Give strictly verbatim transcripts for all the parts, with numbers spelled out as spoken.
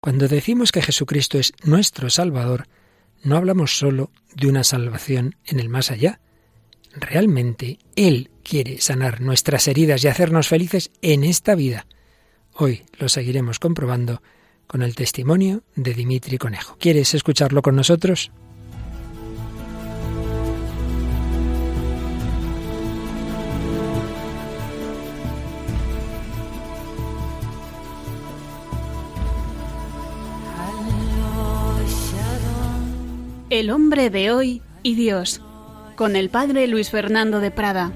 Cuando decimos que Jesucristo es nuestro Salvador, no hablamos solo de una salvación en el más allá. Realmente, Él quiere sanar nuestras heridas y hacernos felices en esta vida. Hoy lo seguiremos comprobando con el testimonio de Dimitri Conejo. ¿Quieres escucharlo con nosotros? El hombre de hoy y Dios, con el padre Luis Fernando de Prada.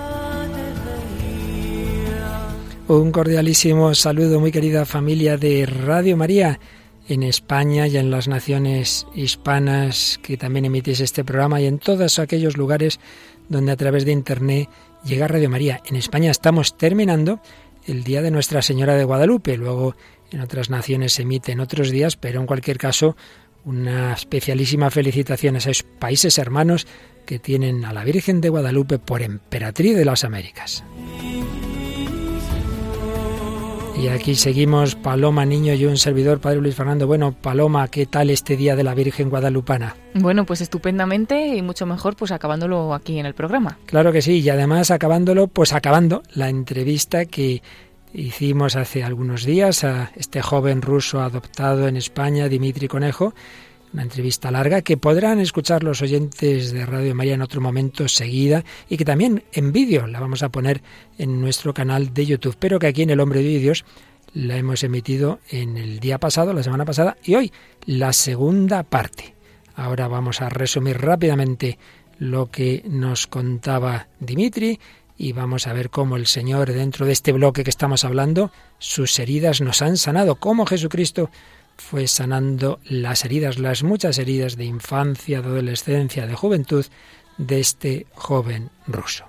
Un cordialísimo saludo, muy querida familia de Radio María, en España y en las naciones hispanas que también emitís este programa y en todos aquellos lugares donde a través de Internet llega Radio María. En España estamos terminando el Día de Nuestra Señora de Guadalupe, luego en otras naciones se emite en otros días, pero en cualquier caso una especialísima felicitación a esos países hermanos que tienen a la Virgen de Guadalupe por emperatriz de las Américas. Y aquí seguimos, Paloma Niño y un servidor, Padre Luis Fernando. Bueno, Paloma, ¿qué tal este Día de la Virgen Guadalupana? Bueno, pues estupendamente y mucho mejor pues acabándolo aquí en el programa. Claro que sí, y además acabándolo, pues acabando la entrevista que hicimos hace algunos días a este joven ruso adoptado en España, Dimitri Conejo, una entrevista larga que podrán escuchar los oyentes de Radio María en otro momento seguida y que también en vídeo la vamos a poner en nuestro canal de YouTube, pero que aquí en El Hombre de Dios la hemos emitido en el día pasado, la semana pasada, y hoy la segunda parte. Ahora vamos a resumir rápidamente lo que nos contaba Dimitri y vamos a ver cómo el Señor, dentro de este bloque que estamos hablando, sus heridas nos han sanado, cómo Jesucristo fue sanando las heridas, las muchas heridas de infancia, de adolescencia, de juventud de este joven ruso.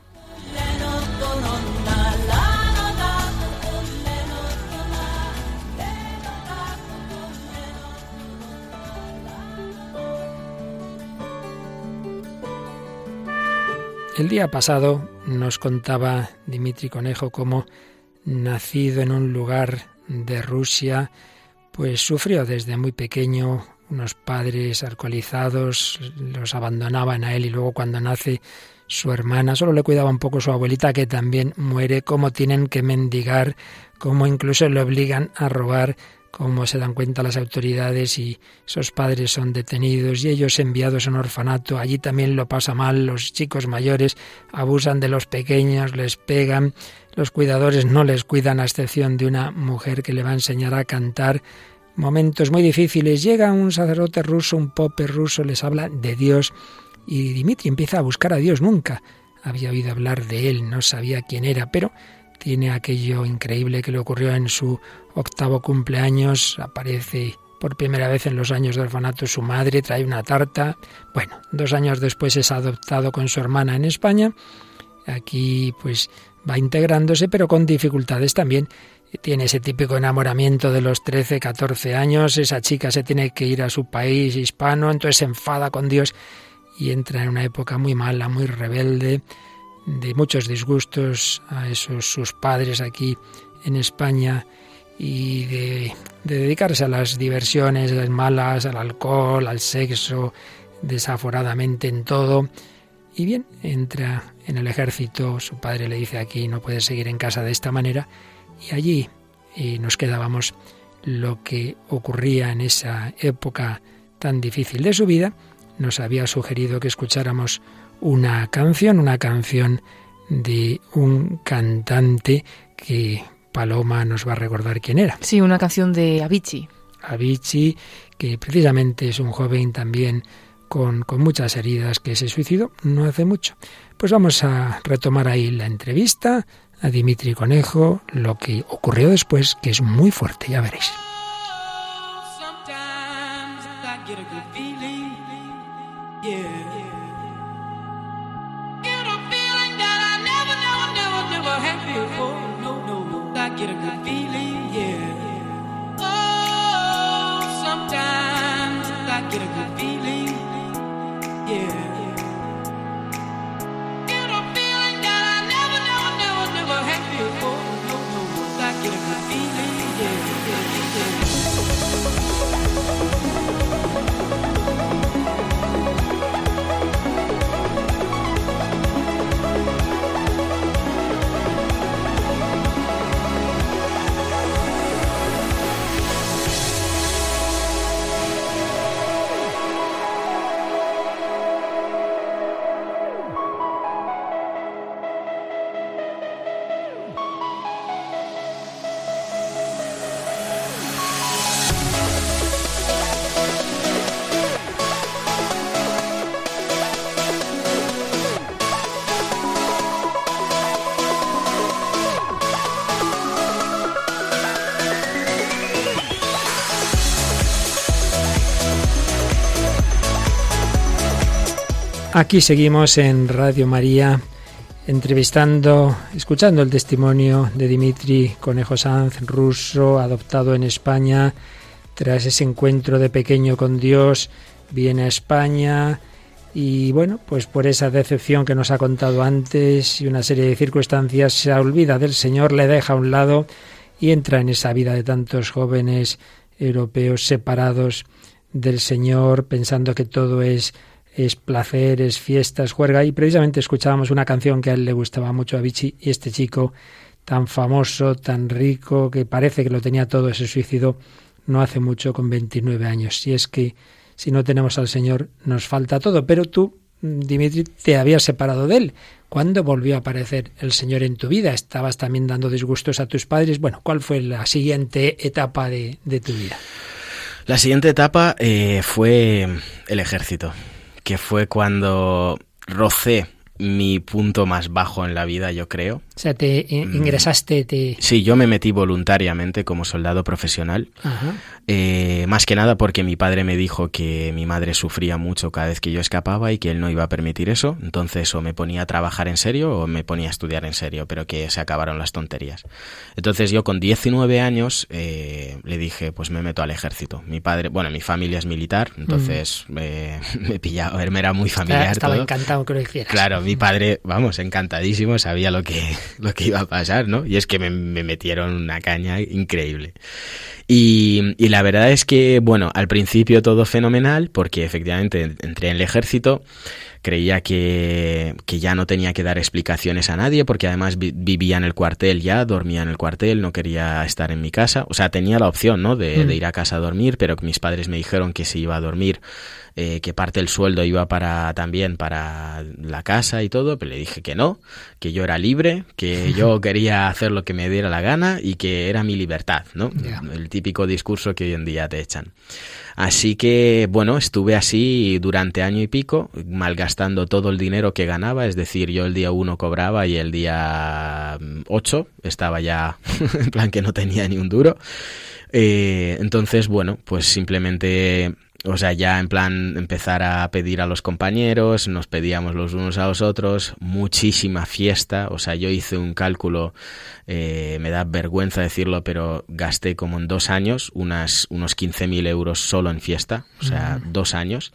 El día pasado nos contaba Dimitri Conejo cómo, nacido en un lugar de Rusia, pues sufrió desde muy pequeño unos padres alcoholizados, los abandonaban a él y luego cuando nace su hermana solo le cuidaba un poco su abuelita que también muere, cómo tienen que mendigar, cómo incluso le obligan a robar, cómo se dan cuenta las autoridades y esos padres son detenidos y ellos enviados a un orfanato. Allí también lo pasa mal, los chicos mayores abusan de los pequeños, les pegan, los cuidadores no les cuidan a excepción de una mujer que le va a enseñar a cantar. Momentos muy difíciles. Llega un sacerdote ruso, un pope ruso, les habla de Dios y Dimitri empieza a buscar a Dios. Nunca había oído hablar de él, no sabía quién era, pero tiene aquello increíble que le ocurrió en su octavo cumpleaños. Aparece por primera vez en los años de orfanato su madre, trae una tarta. Bueno, dos años después es adoptado con su hermana en España. Aquí pues va integrándose, pero con dificultades también. Tiene ese típico enamoramiento de los trece, catorce años. Esa chica se tiene que ir a su país hispano, entonces se enfada con Dios y entra en una época muy mala, muy rebelde, de muchos disgustos a esos sus padres aquí en España y de, de dedicarse a las diversiones malas, al alcohol, al sexo, desaforadamente en todo. Y bien, entra en el ejército, su padre le dice aquí no puedes seguir en casa de esta manera y allí y nos quedábamos lo que ocurría en esa época tan difícil de su vida. Nos había sugerido que escucháramos una canción, una canción de un cantante que Paloma nos va a recordar quién era. Sí, una canción de Avicii. Avicii, que precisamente es un joven también con, con muchas heridas que se suicidó no hace mucho. Pues vamos a retomar ahí la entrevista a Dimitri Conejo, lo que ocurrió después, que es muy fuerte, ya veréis. Aquí seguimos en Radio María entrevistando, escuchando el testimonio de Dimitri Conejo Sanz, ruso, adoptado en España. Tras ese encuentro de pequeño con Dios, viene a España y bueno, pues por esa decepción que nos ha contado antes y una serie de circunstancias se olvida del Señor, le deja a un lado y entra en esa vida de tantos jóvenes europeos separados del Señor, pensando que todo es es placer, es fiesta, es juerga. Y precisamente escuchábamos una canción que a él le gustaba mucho, a Vichy, y este chico tan famoso, tan rico, que parece que lo tenía todo, se suicidó no hace mucho, con veintinueve años. Y es que si no tenemos al Señor nos falta todo. Pero tú, Dimitri, te habías separado de él. ¿Cuándo volvió a aparecer el Señor en tu vida? ¿Estabas también dando disgustos a tus padres? Bueno, ¿cuál fue la siguiente etapa de, de tu vida? La siguiente etapa eh, fue el ejército, que fue cuando rocé mi punto más bajo en la vida, yo creo. O sea, te ingresaste, te... Sí, yo me metí voluntariamente como soldado profesional. Ajá. Eh, más que nada porque mi padre me dijo que mi madre sufría mucho cada vez que yo escapaba y que él no iba a permitir eso. Entonces o me ponía a trabajar en serio o me ponía a estudiar en serio, pero que se acabaron las tonterías. Entonces yo con diecinueve años eh, le dije, pues me meto al ejército. Mi padre, bueno, mi familia es militar, entonces mm. eh, me pillaba, me era muy familiar. Estaba todo. encantado que lo hicieras. Claro, mi padre, vamos, encantadísimo, sabía lo que... lo que iba a pasar, ¿no? Y es que me, me metieron una caña increíble. Y, y la verdad es que, bueno, al principio todo fenomenal, porque efectivamente entré en el ejército, creía que, que ya no tenía que dar explicaciones a nadie, porque además vi, vivía en el cuartel ya, dormía en el cuartel, no quería estar en mi casa. O sea, tenía la opción, ¿no?, de, mm. de ir a casa a dormir, pero mis padres me dijeron que si iba a dormir, eh, que parte del sueldo iba para también para la casa y todo, pero le dije que no, que yo era libre, que yo quería hacer lo que me diera la gana y que era mi libertad, ¿no? Yeah. El típico discurso que hoy en día te echan. Así que, bueno, estuve así durante año y pico, malgastando todo el dinero que ganaba, es decir, yo el día uno cobraba y el día ocho estaba ya, en plan que no tenía ni un duro. Eh, entonces, bueno, pues simplemente... O sea, ya en plan empezar a pedir a los compañeros, nos pedíamos los unos a los otros, muchísima fiesta. O sea, yo hice un cálculo, eh, me da vergüenza decirlo, pero gasté como en dos años unas, unos quince mil euros solo en fiesta, o sea, uh-huh. dos años.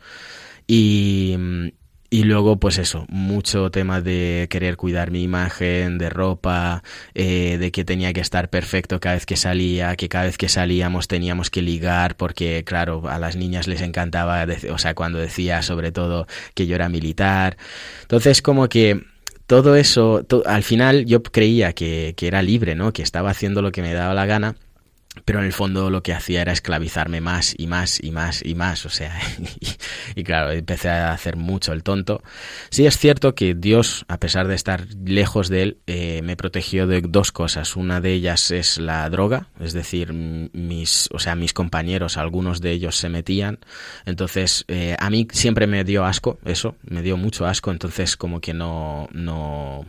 Y... Y luego, pues eso, mucho tema de querer cuidar mi imagen, de ropa, eh, de que tenía que estar perfecto cada vez que salía, que cada vez que salíamos teníamos que ligar, porque claro, a las niñas les encantaba, o sea, cuando decía sobre todo que yo era militar. Entonces, como que todo eso, to- al final yo creía que, que era libre, ¿no?, que estaba haciendo lo que me daba la gana. Pero en el fondo lo que hacía era esclavizarme más y más y más y más, o sea, y, y claro, empecé a hacer mucho el tonto. Sí es cierto que Dios, a pesar de estar lejos de él, eh, me protegió de dos cosas. Una de ellas es la droga, es decir, mis, o sea, mis compañeros, algunos de ellos se metían, entonces eh, a mí siempre me dio asco eso, me dio mucho asco, entonces como que no, no,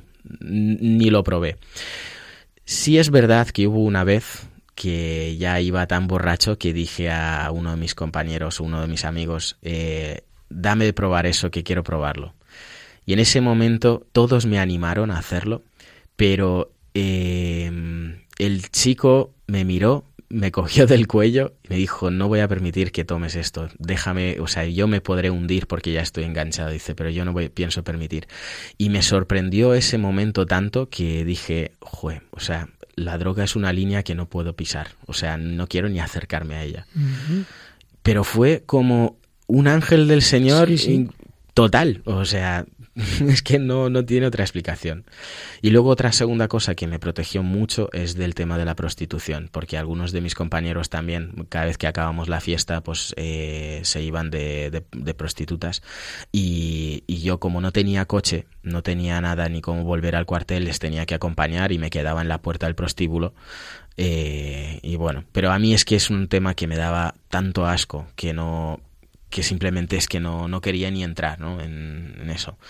ni lo probé. Sí es verdad que hubo una vez que ya iba tan borracho que dije a uno de mis compañeros, uno de mis amigos, eh, dame de probar eso, que quiero probarlo. Y en ese momento todos me animaron a hacerlo, pero eh, el chico me miró, me cogió del cuello y me dijo, no voy a permitir que tomes esto, déjame, o sea, yo me podré hundir porque ya estoy enganchado, dice, pero yo no voy, pienso permitir. Y me sorprendió ese momento tanto que dije, jue, o sea, la droga es una línea que no puedo pisar, o sea, no quiero ni acercarme a ella. Uh-huh. Pero fue como un ángel del Señor sí, sí. total, o sea, es que no, no tiene otra explicación. Y luego otra segunda cosa que me protegió mucho es del tema de la prostitución, porque algunos de mis compañeros también, cada vez que acabamos la fiesta, pues eh, se iban de, de, de prostitutas, y, y yo como no tenía coche, no tenía nada ni cómo volver al cuartel, les tenía que acompañar y me quedaba en la puerta del prostíbulo. Eh, y bueno, pero a mí es que es un tema que me daba tanto asco que no... que simplemente es que no, no quería ni entrar, ¿no?, en, en eso.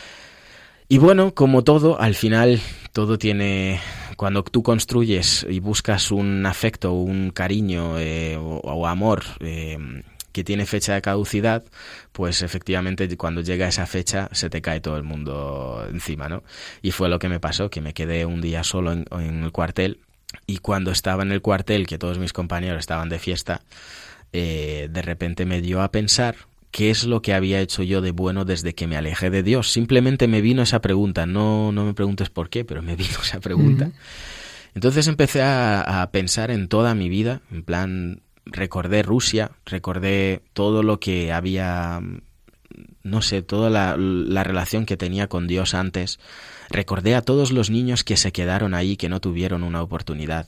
Y bueno, como todo, al final todo tiene... Cuando tú construyes y buscas un afecto, un cariño eh, o, o amor, eh, que tiene fecha de caducidad, pues efectivamente cuando llega esa fecha se te cae todo el mundo encima, ¿no? Y fue lo que me pasó, que me quedé un día solo en, en el cuartel, y cuando estaba en el cuartel, que todos mis compañeros estaban de fiesta, eh, de repente me dio a pensar qué es lo que había hecho yo de bueno desde que me alejé de Dios. Simplemente me vino esa pregunta, no, no me preguntes por qué, pero me vino esa pregunta. Uh-huh. Entonces empecé a, a pensar en toda mi vida, en plan, recordé Rusia, recordé todo lo que había, no sé, toda la, la relación que tenía con Dios antes, recordé a todos los niños que se quedaron ahí, que no tuvieron una oportunidad,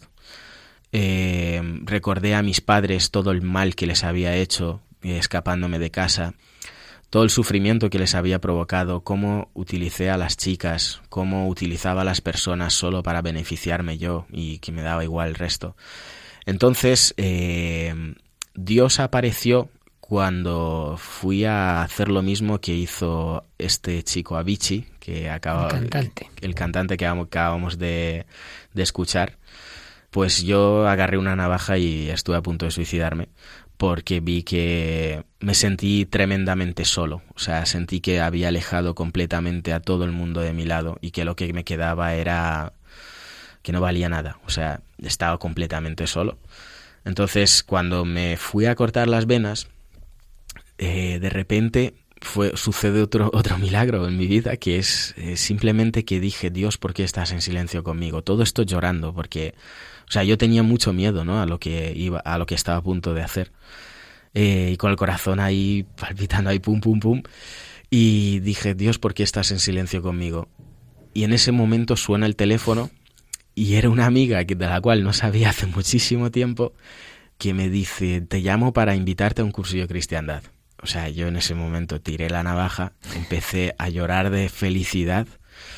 eh, recordé a mis padres todo el mal que les había hecho, escapándome de casa, todo el sufrimiento que les había provocado, cómo utilicé a las chicas, cómo utilizaba a las personas solo para beneficiarme yo y que me daba igual el resto. Entonces, eh, Dios apareció cuando fui a hacer lo mismo que hizo este chico Avicii, que acaba, el cantante, el cantante que acabamos de, de escuchar. Pues yo agarré una navaja y estuve a punto de suicidarme, porque vi que me sentí tremendamente solo, o sea, sentí que había alejado completamente a todo el mundo de mi lado y que lo que me quedaba era que no valía nada, o sea, estaba completamente solo. Entonces, cuando me fui a cortar las venas, eh, de repente fue sucede otro otro milagro en mi vida, que es eh, simplemente que dije, Dios, ¿por qué estás en silencio conmigo? Todo esto llorando, porque, o sea, yo tenía mucho miedo, ¿no? A lo que iba, a lo que estaba a punto de hacer. Eh, y con el corazón ahí palpitando ahí pum pum pum, y dije, Dios, ¿por qué estás en silencio conmigo? Y en ese momento suena el teléfono y era una amiga de la cual no sabía hace muchísimo tiempo, que me dice, te llamo para invitarte a un cursillo de cristiandad. O sea, yo en ese momento tiré la navaja, empecé a llorar de felicidad.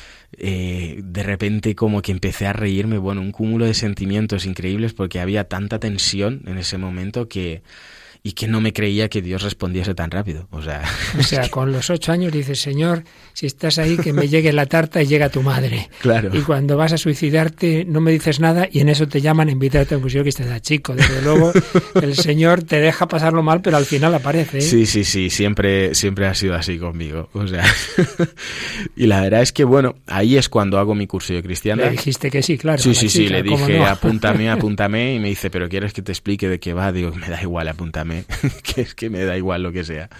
Eh, de repente como que empecé a reírme, bueno, un cúmulo de sentimientos increíbles, porque había tanta tensión en ese momento que y que no me creía que Dios respondiese tan rápido. O sea, o sea, es que... con los ocho años dices, Señor, si estás ahí, que me llegue la tarta y llega tu madre. Claro. Y cuando vas a suicidarte no me dices nada y en eso te llaman a invitarte a un cursillo que estés chico. Desde luego el Señor te deja pasarlo mal, pero al final aparece, ¿eh? Sí, sí, sí, siempre, siempre ha sido así conmigo. O sea, y la verdad es que, bueno, ahí es cuando hago mi cursillo de cristiandad. Le dijiste que sí, claro. Sí, sí, sí, chica, le dije, no? apúntame, apúntame, y me dice, ¿pero quieres que te explique de qué va? Digo, me da igual, apúntame, que es que me da igual lo que sea.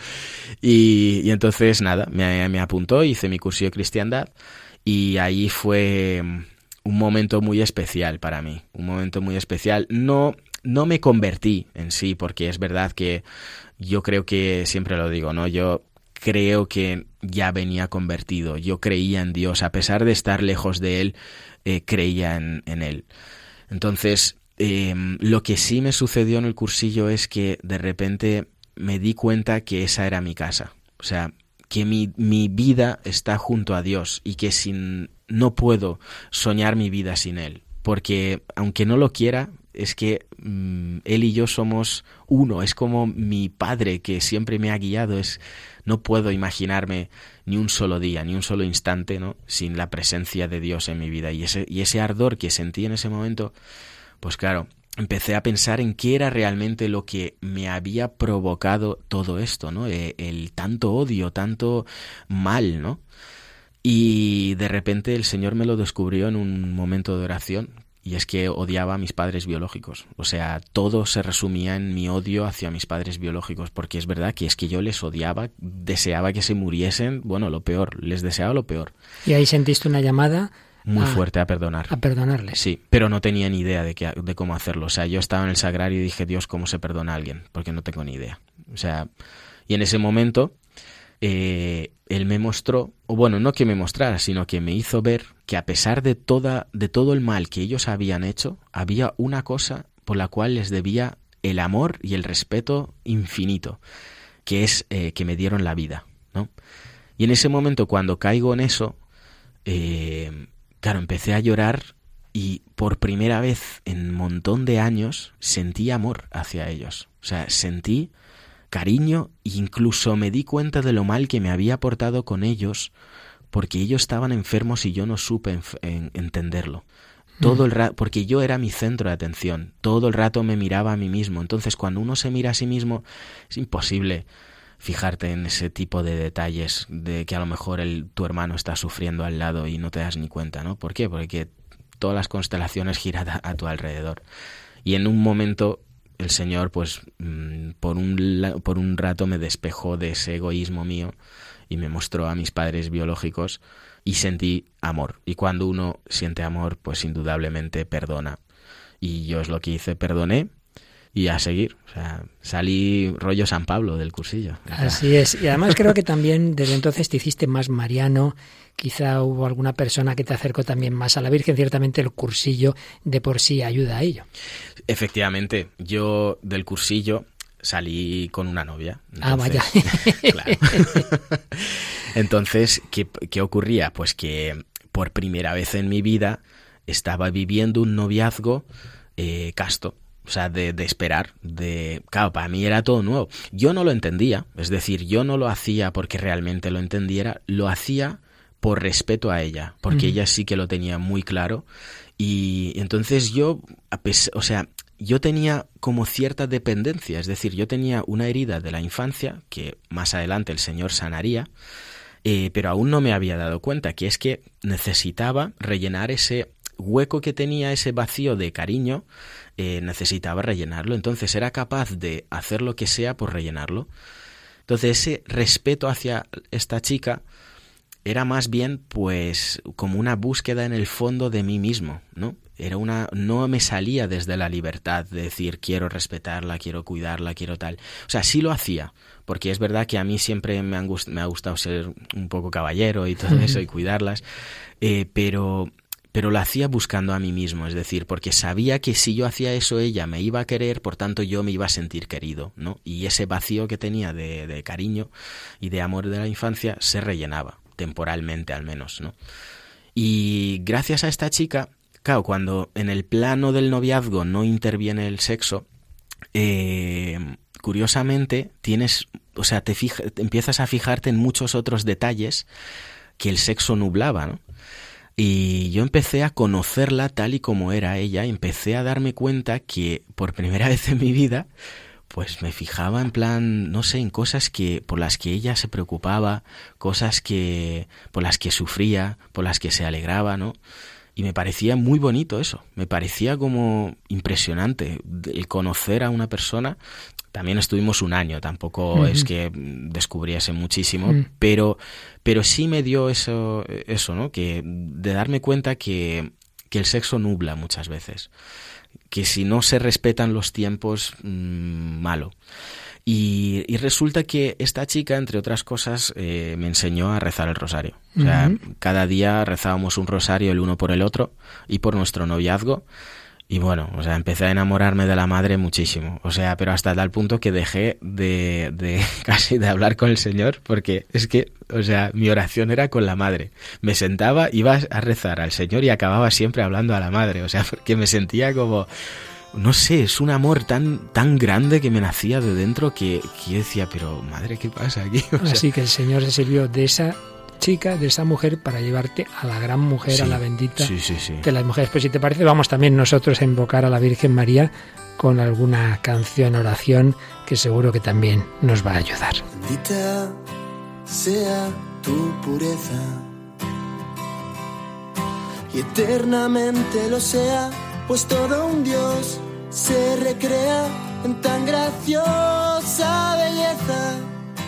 Y, y entonces, nada, me, me apuntó, hice mi cursillo de cristiandad, y ahí fue un momento muy especial para mí, un momento muy especial. No, no me convertí en sí, porque es verdad que yo creo que, siempre lo digo, ¿no? Yo creo que ya venía convertido, yo creía en Dios, a pesar de estar lejos de Él, eh, creía en, en Él. Entonces, eh, lo que sí me sucedió en el cursillo es que de repente me di cuenta que esa era mi casa, o sea, que mi, mi vida está junto a Dios y que sin, no puedo soñar mi vida sin Él, porque aunque no lo quiera, es que mmm, Él y yo somos uno, es como mi Padre que siempre me ha guiado, es, no puedo imaginarme ni un solo día, ni un solo instante, ¿no?, sin la presencia de Dios en mi vida, y ese, y ese ardor que sentí en ese momento, pues claro, empecé a pensar en qué era realmente lo que me había provocado todo esto, ¿no? El, el tanto odio, tanto mal, ¿no? Y de repente el Señor me lo descubrió en un momento de oración, y es que odiaba a mis padres biológicos. O sea, todo se resumía en mi odio hacia mis padres biológicos, porque es verdad que es que yo les odiaba, deseaba que se muriesen, bueno, lo peor, les deseaba lo peor. Y ahí sentiste una llamada muy a, fuerte a perdonar. A perdonarles. Sí, pero no tenía ni idea de, que, de cómo hacerlo. O sea, yo estaba en el sagrario y dije, Dios, ¿cómo se perdona a alguien? Porque no tengo ni idea. O sea, y en ese momento eh, Él me mostró, o bueno, no que me mostrara, sino que me hizo ver que a pesar de, toda, de todo el mal que ellos habían hecho, había una cosa por la cual les debía el amor y el respeto infinito, que es eh, que me dieron la vida, ¿no? Y en ese momento, cuando caigo en eso, eh, claro, empecé a llorar y por primera vez en un montón de años sentí amor hacia ellos. O sea, sentí cariño e incluso me di cuenta de lo mal que me había portado con ellos, porque ellos estaban enfermos y yo no supe en, en, entenderlo. todo el rato, porque yo era mi centro de atención, todo el rato me miraba a mí mismo. Entonces, cuando uno se mira a sí mismo, es imposible fijarte en ese tipo de detalles de que a lo mejor el, tu hermano está sufriendo al lado y no te das ni cuenta, ¿no? ¿Por qué? Porque todas las constelaciones giran a, a tu alrededor. Y en un momento el Señor, pues, por un, por un rato me despejó de ese egoísmo mío y me mostró a mis padres biológicos y sentí amor. Y cuando uno siente amor, pues indudablemente perdona. Y yo es lo que hice, perdoné. Y a seguir, o sea, salí rollo San Pablo del cursillo. Así es, y además creo que también desde entonces te hiciste más mariano, quizá hubo alguna persona que te acercó también más a la Virgen, ciertamente el cursillo de por sí ayuda a ello. Efectivamente, yo del cursillo salí con una novia. Entonces, ah, vaya. Claro. Entonces, ¿qué, ¿qué ocurría? Pues que por primera vez en mi vida estaba viviendo un noviazgo eh, casto. O sea, de, de esperar, de... Claro, para mí era todo nuevo. Yo no lo entendía, es decir, yo no lo hacía porque realmente lo entendiera, lo hacía por respeto a ella, porque mm. ella sí que lo tenía muy claro. Y entonces yo, o sea, yo tenía como cierta dependencia, es decir, yo tenía una herida de la infancia que más adelante el Señor sanaría, eh, pero aún no me había dado cuenta, que es que necesitaba rellenar ese hueco que tenía, ese vacío de cariño, eh, necesitaba rellenarlo. Entonces era capaz de hacer lo que sea por rellenarlo. Entonces ese respeto hacia esta chica era más bien pues como una búsqueda en el fondo de mí mismo, ¿no? Era una, no me salía desde la libertad de decir quiero respetarla, quiero cuidarla, quiero tal. O sea, sí lo hacía, porque es verdad que a mí siempre me, han gust- me ha gustado ser un poco caballero y todo eso y cuidarlas, eh, pero... pero lo hacía buscando a mí mismo, es decir, porque sabía que si yo hacía eso ella me iba a querer, por tanto yo me iba a sentir querido, ¿no? Y ese vacío que tenía de, de cariño y de amor de la infancia se rellenaba, temporalmente al menos, ¿no? Y gracias a esta chica, claro, cuando en el plano del noviazgo no interviene el sexo, eh, curiosamente tienes, o sea, te, fija, te empiezas a fijarte en muchos otros detalles que el sexo nublaba, ¿no? Y yo empecé a conocerla tal y como era ella, empecé a darme cuenta que por primera vez en mi vida, pues me fijaba en plan, no sé, en cosas que por las que ella se preocupaba, cosas que por las que sufría, por las que se alegraba, ¿no? Y me parecía muy bonito eso, me parecía como impresionante el conocer a una persona. También estuvimos un año, tampoco uh-huh. es que descubriese muchísimo, uh-huh. pero, pero sí me dio eso, eso, ¿no? Que de darme cuenta que, que el sexo nubla muchas veces, que si no se respetan los tiempos, mmm, malo. Y, y resulta que esta chica, entre otras cosas, eh, me enseñó a rezar el rosario. O sea, uh-huh. cada día rezábamos un rosario el uno por el otro y por nuestro noviazgo. Y bueno, o sea, empecé a enamorarme de la madre muchísimo. O sea, pero hasta tal punto que dejé de, de casi de hablar con el Señor, porque es que, o sea, mi oración era con la madre. Me sentaba, iba a rezar al Señor y acababa siempre hablando a la madre. O sea, porque me sentía como... No sé, es un amor tan tan grande que me nacía de dentro que, que yo decía, pero madre, ¿qué pasa aquí? O sea, así que el Señor se sirvió de esa chica, de esa mujer, para llevarte a la gran mujer, sí, a la bendita sí, sí, sí. de las mujeres. Pues si te parece, vamos también nosotros a invocar a la Virgen María con alguna canción, oración, que seguro que también nos va a ayudar. Bendita sea tu pureza y eternamente lo sea, pues todo un Dios se recrea en tan graciosa belleza.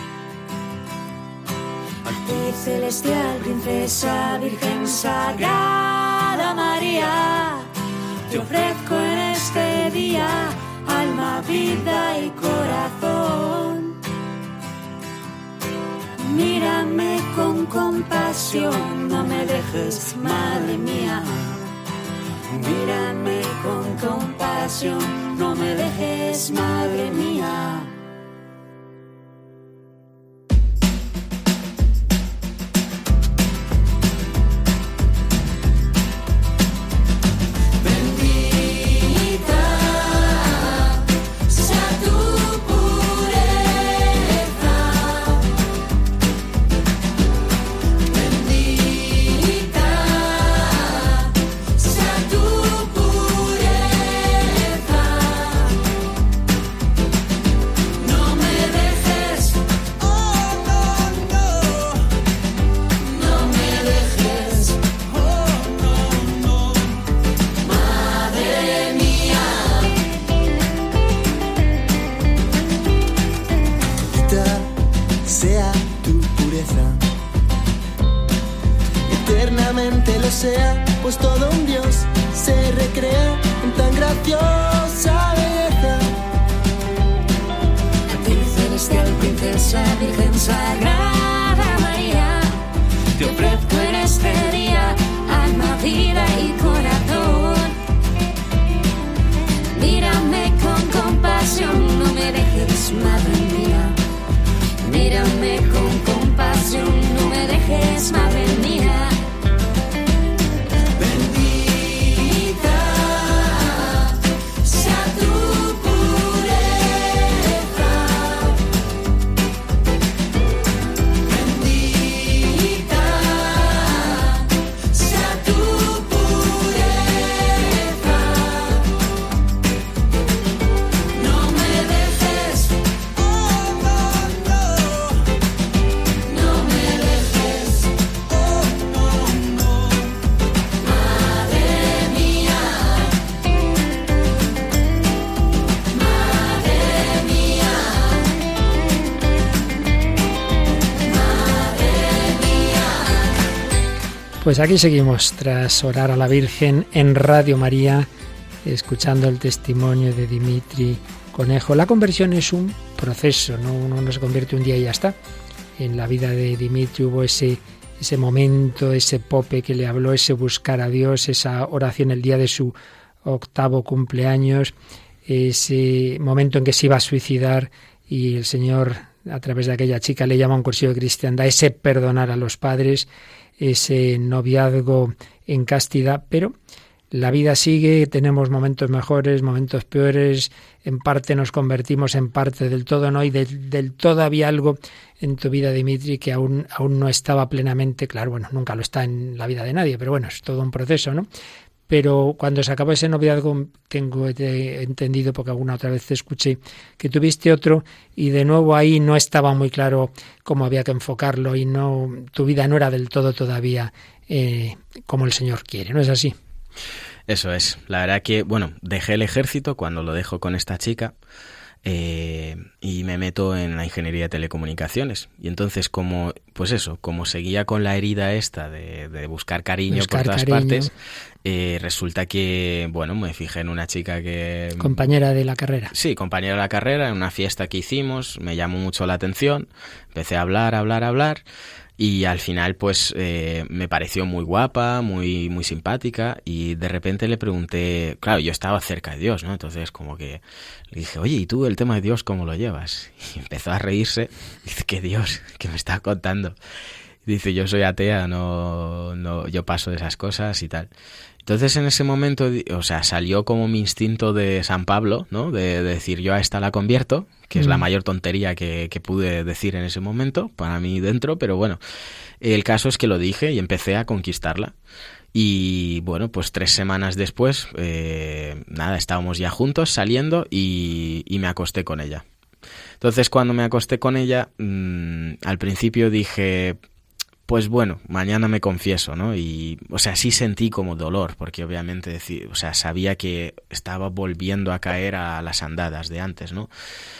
Actriz celestial, princesa, virgen sagrada María, te ofrezco en este día alma, vida y corazón. Mírame con compasión, no me dejes, madre mía. Mírame con compasión, no me dejes, madre mía. Tú humanamente lo sea, pues todo un Dios se recrea en tan graciosa belleza. A ti, celestial princesa, Virgen Sagrada María, te ofrezco en este día alma, vida y corazón. Mírame con compasión, no me dejes, madre mía. Mírame con compasión, no me dejes, madre mía. Bendita sea tu pureza. Bendita sea tu pureza. No me dejes, oh, no, no. No me dejes, oh, no, no. Madre mía, madre mía, madre mía. Pues aquí seguimos tras orar a la Virgen en Radio María, escuchando el testimonio de Dimitri Conejo. La conversión es un proceso, ¿no? Uno no se convierte un día y ya está. En la vida de Dimitri hubo ese, ese momento, ese pope que le habló, ese buscar a Dios, esa oración el día de su octavo cumpleaños, ese momento en que se iba a suicidar y el Señor, a través de aquella chica, le llama a un cursillo de cristiandad, ese perdonar a los padres, ese noviazgo en castidad, pero la vida sigue, tenemos momentos mejores, momentos peores, en parte nos convertimos, en parte del todo no, y del, del todo había algo en tu vida, Dimitri, que aún, aún no estaba plenamente claro. Bueno, nunca lo está en la vida de nadie, pero bueno, es todo un proceso, ¿no? Pero cuando se acabó ese noviazgo, tengo he entendido, porque alguna otra vez te escuché, que tuviste otro y de nuevo ahí no estaba muy claro cómo había que enfocarlo y no tu vida no era del todo todavía eh, como el Señor quiere, ¿no es así? Eso es. La verdad que, bueno, dejé el ejército cuando lo dejo con esta chica eh, y me meto en la ingeniería de telecomunicaciones. Y entonces, como, pues eso, como seguía con la herida esta de, de buscar cariño buscar por todas cariño. partes, eh, resulta que, bueno, me fijé en una chica que... Compañera de la carrera. Sí, compañera de la carrera, en una fiesta que hicimos, me llamó mucho la atención, empecé a hablar, hablar, hablar... Y al final, pues, eh, me pareció muy guapa, muy muy simpática, y de repente le pregunté, claro, yo estaba cerca de Dios, ¿no? Entonces, como que le dije, oye, ¿y tú el tema de Dios cómo lo llevas? Y empezó a reírse, dice, ¿qué Dios? ¿Qué me estás contando? Dice, yo soy atea, no, no, yo paso de esas cosas y tal. Entonces, en ese momento, o sea, salió como mi instinto de San Pablo, ¿no? De, de decir, yo a esta la convierto, que es la mayor tontería que, que pude decir en ese momento, para mí dentro, pero bueno, el caso es que lo dije y empecé a conquistarla. Y bueno, pues tres semanas después, eh, nada, estábamos ya juntos saliendo y, y me acosté con ella. Entonces, cuando me acosté con ella, mmm, al principio dije... Pues bueno, mañana me confieso, ¿no? Y, o sea, sí sentí como dolor, porque obviamente, o sea, sabía que estaba volviendo a caer a las andadas de antes, ¿no?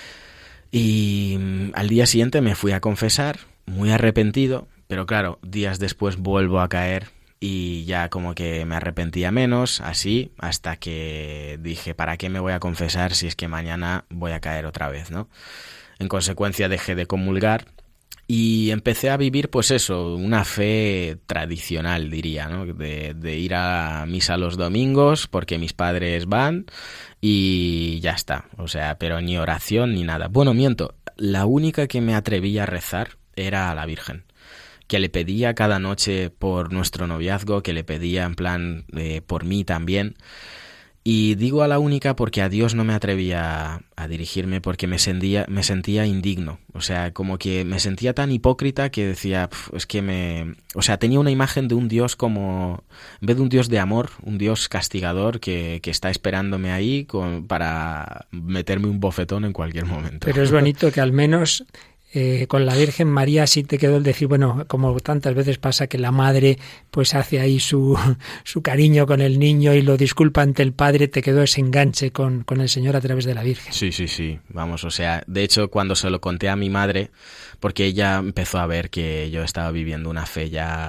Y al día siguiente me fui a confesar, muy arrepentido, pero claro, días después vuelvo a caer y ya como que me arrepentía menos, así, hasta que dije, ¿para qué me voy a confesar si es que mañana voy a caer otra vez, ¿no? En consecuencia dejé de comulgar. Y empecé a vivir, pues eso, una fe tradicional, diría, ¿no? De, de ir a misa los domingos porque mis padres van y ya está. O sea, pero ni oración ni nada. Bueno, miento, la única que me atrevía a rezar era a la Virgen, que le pedía cada noche por nuestro noviazgo, que le pedía en plan eh, por mí también. Y digo a la única porque a Dios no me atrevía a dirigirme porque me sentía, me sentía indigno. O sea, como que me sentía tan hipócrita que decía, es que me... O sea, tenía una imagen de un Dios como... En vez de un Dios de amor, un Dios castigador que, que está esperándome ahí con, para meterme un bofetón en cualquier momento. Pero es bonito que al menos... Eh, con la Virgen María sí te quedó el decir, bueno, como tantas veces pasa que la madre pues hace ahí su, su cariño con el niño y lo disculpa ante el padre, te quedó ese enganche con, con el Señor a través de la Virgen. Sí, sí, sí, vamos, o sea, de hecho cuando se lo conté a mi madre, porque ella empezó a ver que yo estaba viviendo una fe ya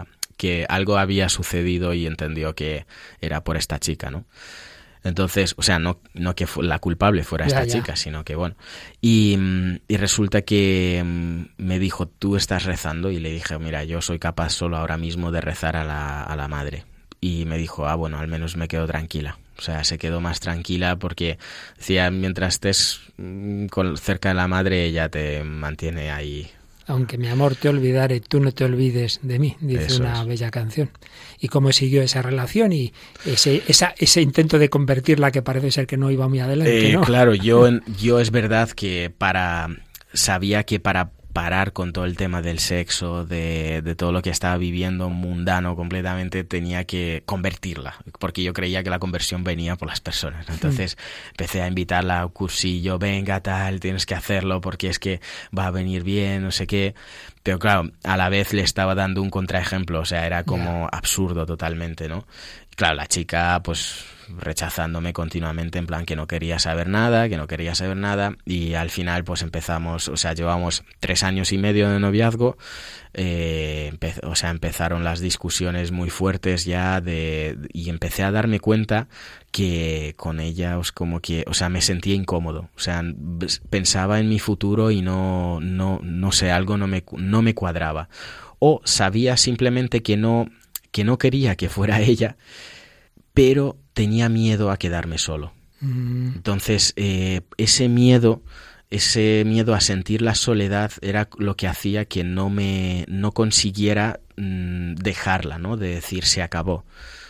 que algo había sucedido y entendió que era por esta chica, ¿no? Entonces, o sea, no, no que la culpable fuera ya, esta ya. chica, sino que bueno. Y, y resulta que me dijo, ¿tú estás rezando? Y le dije, mira, yo soy capaz solo ahora mismo de rezar a la, a la madre. Y me dijo, ah, bueno, al menos me quedo tranquila. O sea, se quedó más tranquila porque decía, mientras estés con, cerca de la madre, ella te mantiene ahí. Aunque mi amor te olvidare, tú no te olvides de mí, dice Eso una es. bella canción. ¿Y cómo siguió esa relación y ese esa, ese intento de convertirla que parece ser que no iba muy adelante, Eh, ¿no? claro, yo, yo es verdad que para sabía que para parar con todo el tema del sexo, de, de todo lo que estaba viviendo mundano completamente, tenía que convertirla, porque yo creía que la conversión venía por las personas. Entonces mm. empecé a invitarla a un cursillo, venga tal, tienes que hacerlo porque es que va a venir bien, no sé qué. Pero claro, a la vez le estaba dando un contraejemplo, o sea, era como yeah. absurdo totalmente, ¿no? Y claro, la chica pues rechazándome continuamente, en plan que no quería saber nada, que no quería saber nada, y al final pues empezamos, o sea, llevamos tres años y medio de noviazgo, eh, empe- o sea, empezaron las discusiones muy fuertes ya de, y empecé a darme cuenta que con ella os como que, o sea, me sentía incómodo, o sea, pensaba en mi futuro y no, no, no sé, algo no me, no me cuadraba, o sabía simplemente que no, que no quería que fuera ella, pero tenía miedo a quedarme solo. Mm. Entonces, eh, ese miedo, ese miedo a sentir la soledad era lo que hacía que no me, no consiguiera mmm, dejarla, ¿no? De decir, se acabó.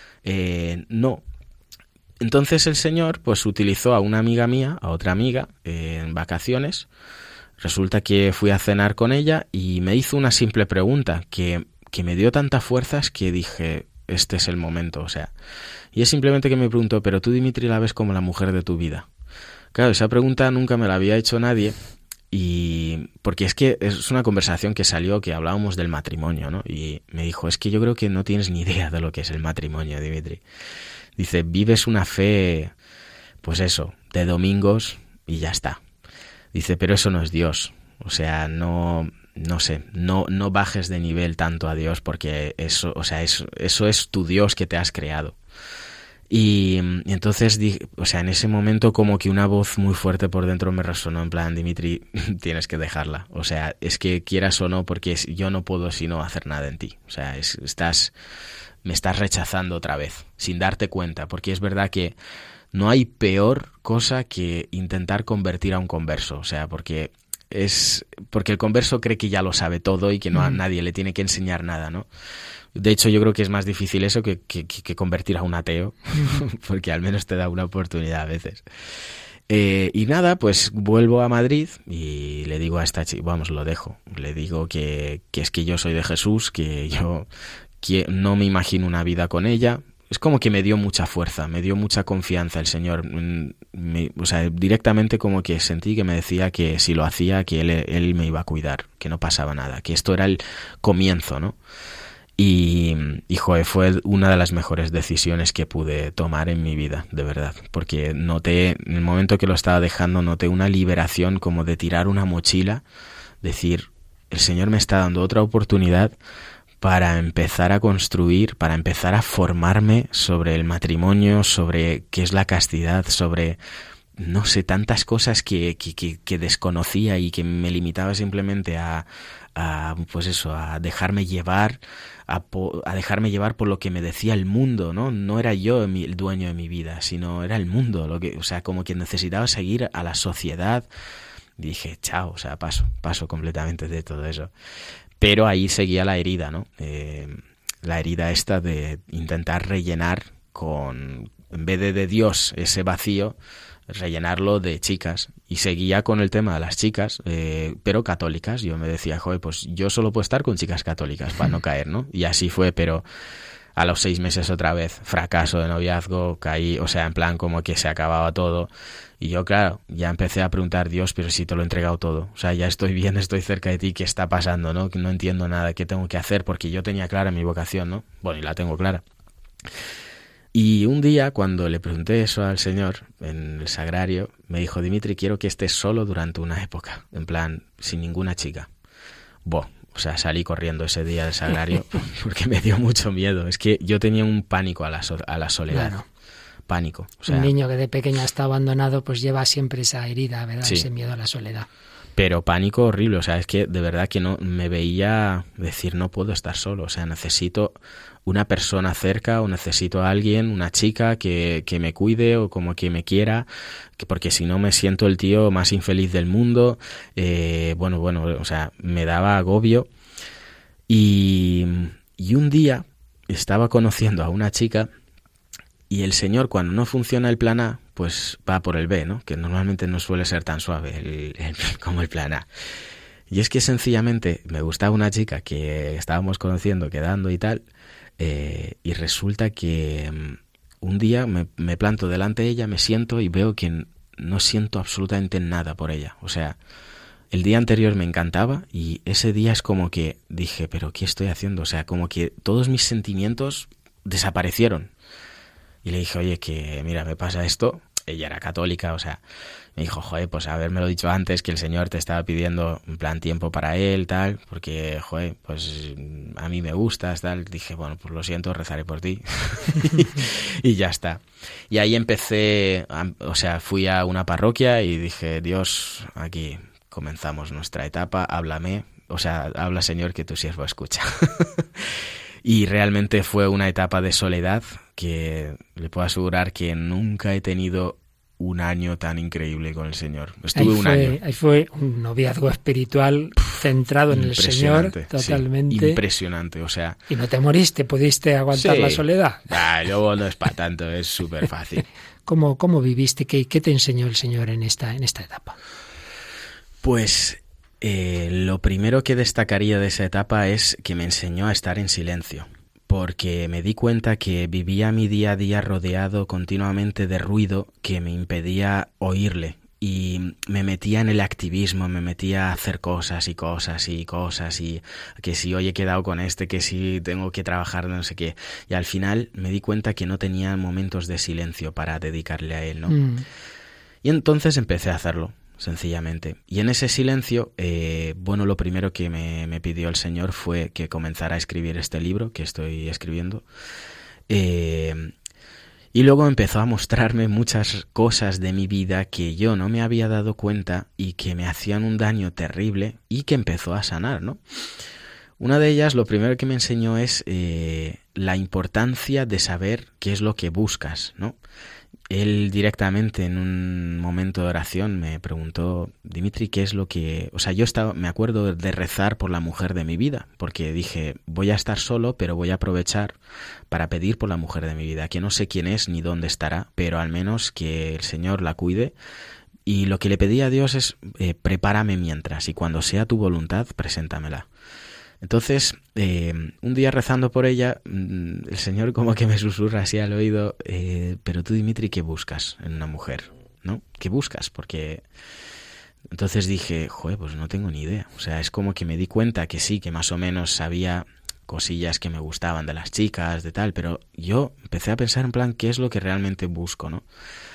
Eh, no. Entonces el Señor, pues, utilizó a una amiga mía, a otra amiga, eh, en vacaciones. Resulta que fui a cenar con ella y me hizo una simple pregunta que, que me dio tantas fuerzas que dije, este es el momento, o sea... Y es simplemente que me preguntó, pero tú, Dimitri, la ves como la mujer de tu vida. Claro, esa pregunta nunca me la había hecho nadie, y porque es que es una conversación que salió, que hablábamos del matrimonio, ¿no? Y me dijo, es que yo creo que no tienes ni idea de lo que es el matrimonio, Dimitri. Dice, vives una fe, pues eso, de domingos y ya está. Dice, pero eso no es Dios. O sea, no... no sé, no, no bajes de nivel tanto a Dios porque eso, o sea, eso, eso es tu Dios que te has creado. Y, y entonces, o sea, en ese momento como que una voz muy fuerte por dentro me resonó en plan, Dimitri, tienes que dejarla. O sea, es que quieras o no, porque yo no puedo sino hacer nada en ti. O sea, es, estás, me estás rechazando otra vez, sin darte cuenta, porque es verdad que no hay peor cosa que intentar convertir a un converso. O sea, porque... es porque el converso cree que ya lo sabe todo y que no a nadie le tiene que enseñar nada, ¿no? De hecho, yo creo que es más difícil eso que, que, que convertir a un ateo, porque al menos te da una oportunidad a veces. Eh, y nada, pues vuelvo a Madrid y le digo a esta chica, vamos, lo dejo, le digo que, que es que yo soy de Jesús, que yo que no me imagino una vida con ella. Es como que me dio mucha fuerza, me dio mucha confianza el Señor. Me, o sea, directamente como que sentí que me decía que si lo hacía, que él, él me iba a cuidar, que no pasaba nada, que esto era el comienzo, ¿no? Y, y joder, fue una de las mejores decisiones que pude tomar en mi vida, de verdad. Porque noté, en el momento que lo estaba dejando, noté una liberación como de tirar una mochila, decir, el Señor me está dando otra oportunidad para empezar a construir, para empezar a formarme sobre el matrimonio, sobre qué es la castidad, sobre, no sé, tantas cosas que, que, que, que desconocía y que me limitaba simplemente a, a, pues eso, a dejarme llevar, a, a dejarme llevar por lo que me decía el mundo, ¿no? No era yo el dueño de mi vida, sino era el mundo, lo que, o sea, como que necesitaba seguir a la sociedad. Y dije, chao, o sea, paso, paso completamente de todo eso. Pero ahí seguía la herida, ¿no? Eh, la herida esta de intentar rellenar con, en vez de de Dios, ese vacío, rellenarlo de chicas. Y seguía con el tema de las chicas, eh, pero católicas. Yo me decía, joder, pues yo solo puedo estar con chicas católicas para no caer, ¿no? Y así fue, pero a los seis meses otra vez, fracaso de noviazgo, caí, o sea, en plan como que se acababa todo. Y yo, claro, ya empecé a preguntar, Dios, pero si te lo he entregado todo. O sea, ya estoy bien, estoy cerca de ti, ¿qué está pasando, no? No entiendo nada, ¿qué tengo que hacer? Porque yo tenía clara mi vocación, ¿no? Bueno, y la tengo clara. Y un día, cuando le pregunté eso al Señor, en el sagrario, me dijo, Dimitri, quiero que estés solo durante una época, en plan, sin ninguna chica. Buah, O sea, salí corriendo ese día del sagrario porque me dio mucho miedo. Es que yo tenía un pánico a la, so- a la soledad. Claro. Pánico. O sea, un niño que de pequeño está abandonado, pues lleva siempre esa herida, ¿verdad? Sí. Ese miedo a la soledad. Pero pánico horrible, o sea, es que de verdad que no me veía decir no puedo estar solo, o sea, necesito una persona cerca o necesito a alguien, una chica que, que me cuide o como que me quiera, que porque si no me siento el tío más infeliz del mundo, eh, bueno, bueno, o sea, me daba agobio y, y un día estaba conociendo a una chica y el Señor, cuando no funciona el plan A, pues va por el B, ¿no? Que normalmente no suele ser tan suave el, el, como el plan A. Y es que sencillamente me gustaba una chica que estábamos conociendo, quedando y tal, eh, y resulta que um, un día me, me planto delante de ella, me siento y veo que no siento absolutamente nada por ella. O sea, el día anterior me encantaba y ese día es como que dije, ¿pero qué estoy haciendo? O sea, como que todos mis sentimientos desaparecieron. Y le dije, oye, que mira, me pasa esto. Ella era católica, o sea, me dijo, joder, pues habérmelo dicho antes, que el Señor te estaba pidiendo en plan tiempo para él, tal, porque, joder, pues a mí me gustas, tal. Dije, bueno, pues lo siento, rezaré por ti. Y ya está. Y ahí empecé, o sea, fui a una parroquia y dije, Dios, aquí comenzamos nuestra etapa, háblame, o sea, habla, Señor, que tu siervo escucha. Y realmente fue una etapa de soledad que le puedo asegurar que nunca he tenido un año tan increíble con el Señor. Estuve ahí un fue, año. Ahí fue un noviazgo espiritual centrado en el Señor, totalmente. Sí, impresionante, o sea... ¿Y no te moriste? ¿Pudiste aguantar sí. la soledad? Ah, luego no es para tanto, es súper fácil. ¿Cómo, cómo viviste? ¿Qué, ¿Qué te enseñó el Señor en esta, en esta etapa? Pues... Eh, lo primero que destacaría de esa etapa es que me enseñó a estar en silencio, porque me di cuenta que vivía mi día a día rodeado continuamente de ruido que me impedía oírle y me metía en el activismo, me metía a hacer cosas y cosas y cosas y que si hoy he quedado con este, que si tengo que trabajar no sé qué, y al final me di cuenta que no tenía momentos de silencio para dedicarle a él, ¿no? Mm. Y entonces empecé a hacerlo. Sencillamente. Y en ese silencio, eh, bueno, lo primero que me, me pidió el Señor fue que comenzara a escribir este libro que estoy escribiendo. Eh, y luego empezó a mostrarme muchas cosas de mi vida que yo no me había dado cuenta y que me hacían un daño terrible y que empezó a sanar, ¿no? Una de ellas, lo primero que me enseñó es eh, la importancia de saber qué es lo que buscas, ¿no? Él directamente en un momento de oración me preguntó, Dimitri, ¿qué es lo que...? O sea, yo estaba, me acuerdo de rezar por la mujer de mi vida, porque dije, voy a estar solo, pero voy a aprovechar para pedir por la mujer de mi vida, que no sé quién es ni dónde estará, pero al menos que el Señor la cuide. Y lo que le pedí a Dios es, eh, prepárame mientras, y cuando sea tu voluntad, preséntamela. Entonces, eh, un día rezando por ella, el Señor como que me susurra así al oído, eh, pero tú, Dimitri, ¿qué buscas en una mujer? ¿No? ¿Qué buscas? Porque entonces dije, joder, pues no tengo ni idea. O sea, es como que me di cuenta que sí, que más o menos sabía cosillas que me gustaban de las chicas, de tal, pero yo empecé a pensar en plan, ¿qué es lo que realmente busco, no?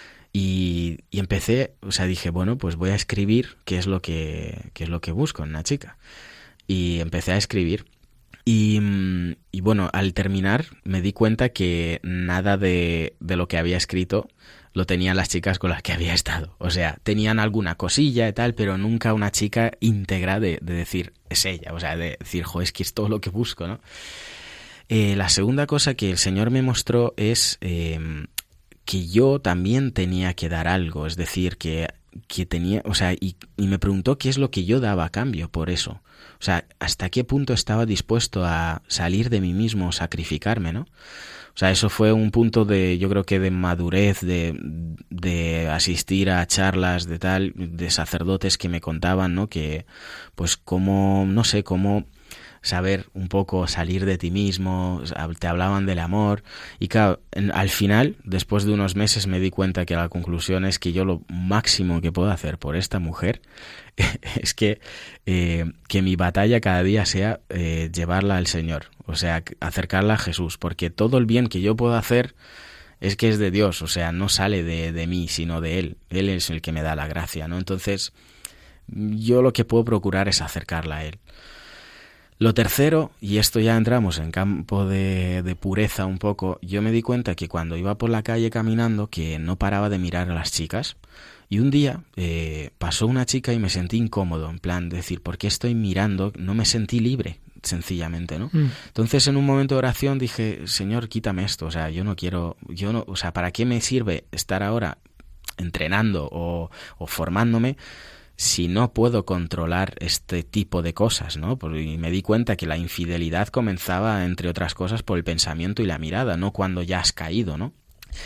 Y, y empecé, o sea, dije, bueno, pues voy a escribir qué es lo que, qué es lo que busco en una chica. Y empecé a escribir y, y bueno, al terminar me di cuenta que nada de, de lo que había escrito lo tenían las chicas con las que había estado. O sea, tenían alguna cosilla y tal, pero nunca una chica íntegra de, de decir, es ella. O sea, de decir, jo, es que es todo lo que busco, ¿no? Eh, la segunda cosa que el Señor me mostró es eh, que yo también tenía que dar algo. Es decir, que, que tenía, o sea, y, y me preguntó qué es lo que yo daba a cambio por eso. O sea, hasta qué punto estaba dispuesto a salir de mí mismo, sacrificarme, ¿no? O sea, eso fue un punto de, yo creo que de madurez, de, de asistir a charlas de tal, de sacerdotes que me contaban, ¿no? Que, pues, cómo, no sé, cómo saber un poco salir de ti mismo, te hablaban del amor y claro, en, al final, después de unos meses me di cuenta que la conclusión es que yo lo máximo que puedo hacer por esta mujer es que, eh, que mi batalla cada día sea eh, llevarla al Señor, o sea, acercarla a Jesús, porque todo el bien que yo puedo hacer es que es de Dios, o sea, no sale de, de mí, sino de Él. Él es el que me da la gracia, ¿no? Entonces, yo lo que puedo procurar es acercarla a Él. Lo tercero, y esto ya entramos en campo de, de pureza un poco, yo me di cuenta que cuando iba por la calle caminando que no paraba de mirar a las chicas. Y un día eh, pasó una chica y me sentí incómodo, en plan, decir, ¿por qué estoy mirando? No me sentí libre, sencillamente, ¿no? Mm. Entonces, en un momento de oración dije, Señor, quítame esto, o sea, yo no quiero, yo no, o sea, ¿para qué me sirve estar ahora entrenando o, o formándome si no puedo controlar este tipo de cosas, ¿no? Y me di cuenta que la infidelidad comenzaba, entre otras cosas, por el pensamiento y la mirada, no cuando ya has caído, ¿no?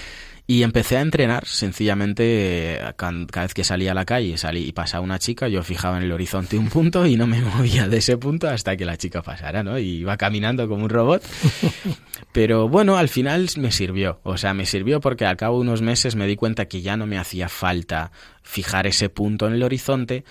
Y empecé a entrenar, sencillamente, cada vez que salía a la calle salí y pasaba una chica, yo fijaba en el horizonte un punto y no me movía de ese punto hasta que la chica pasara, ¿no? Y iba caminando como un robot. Pero bueno, al final me sirvió, o sea, me sirvió porque al cabo de unos meses me di cuenta que ya no me hacía falta fijar ese punto en el horizonte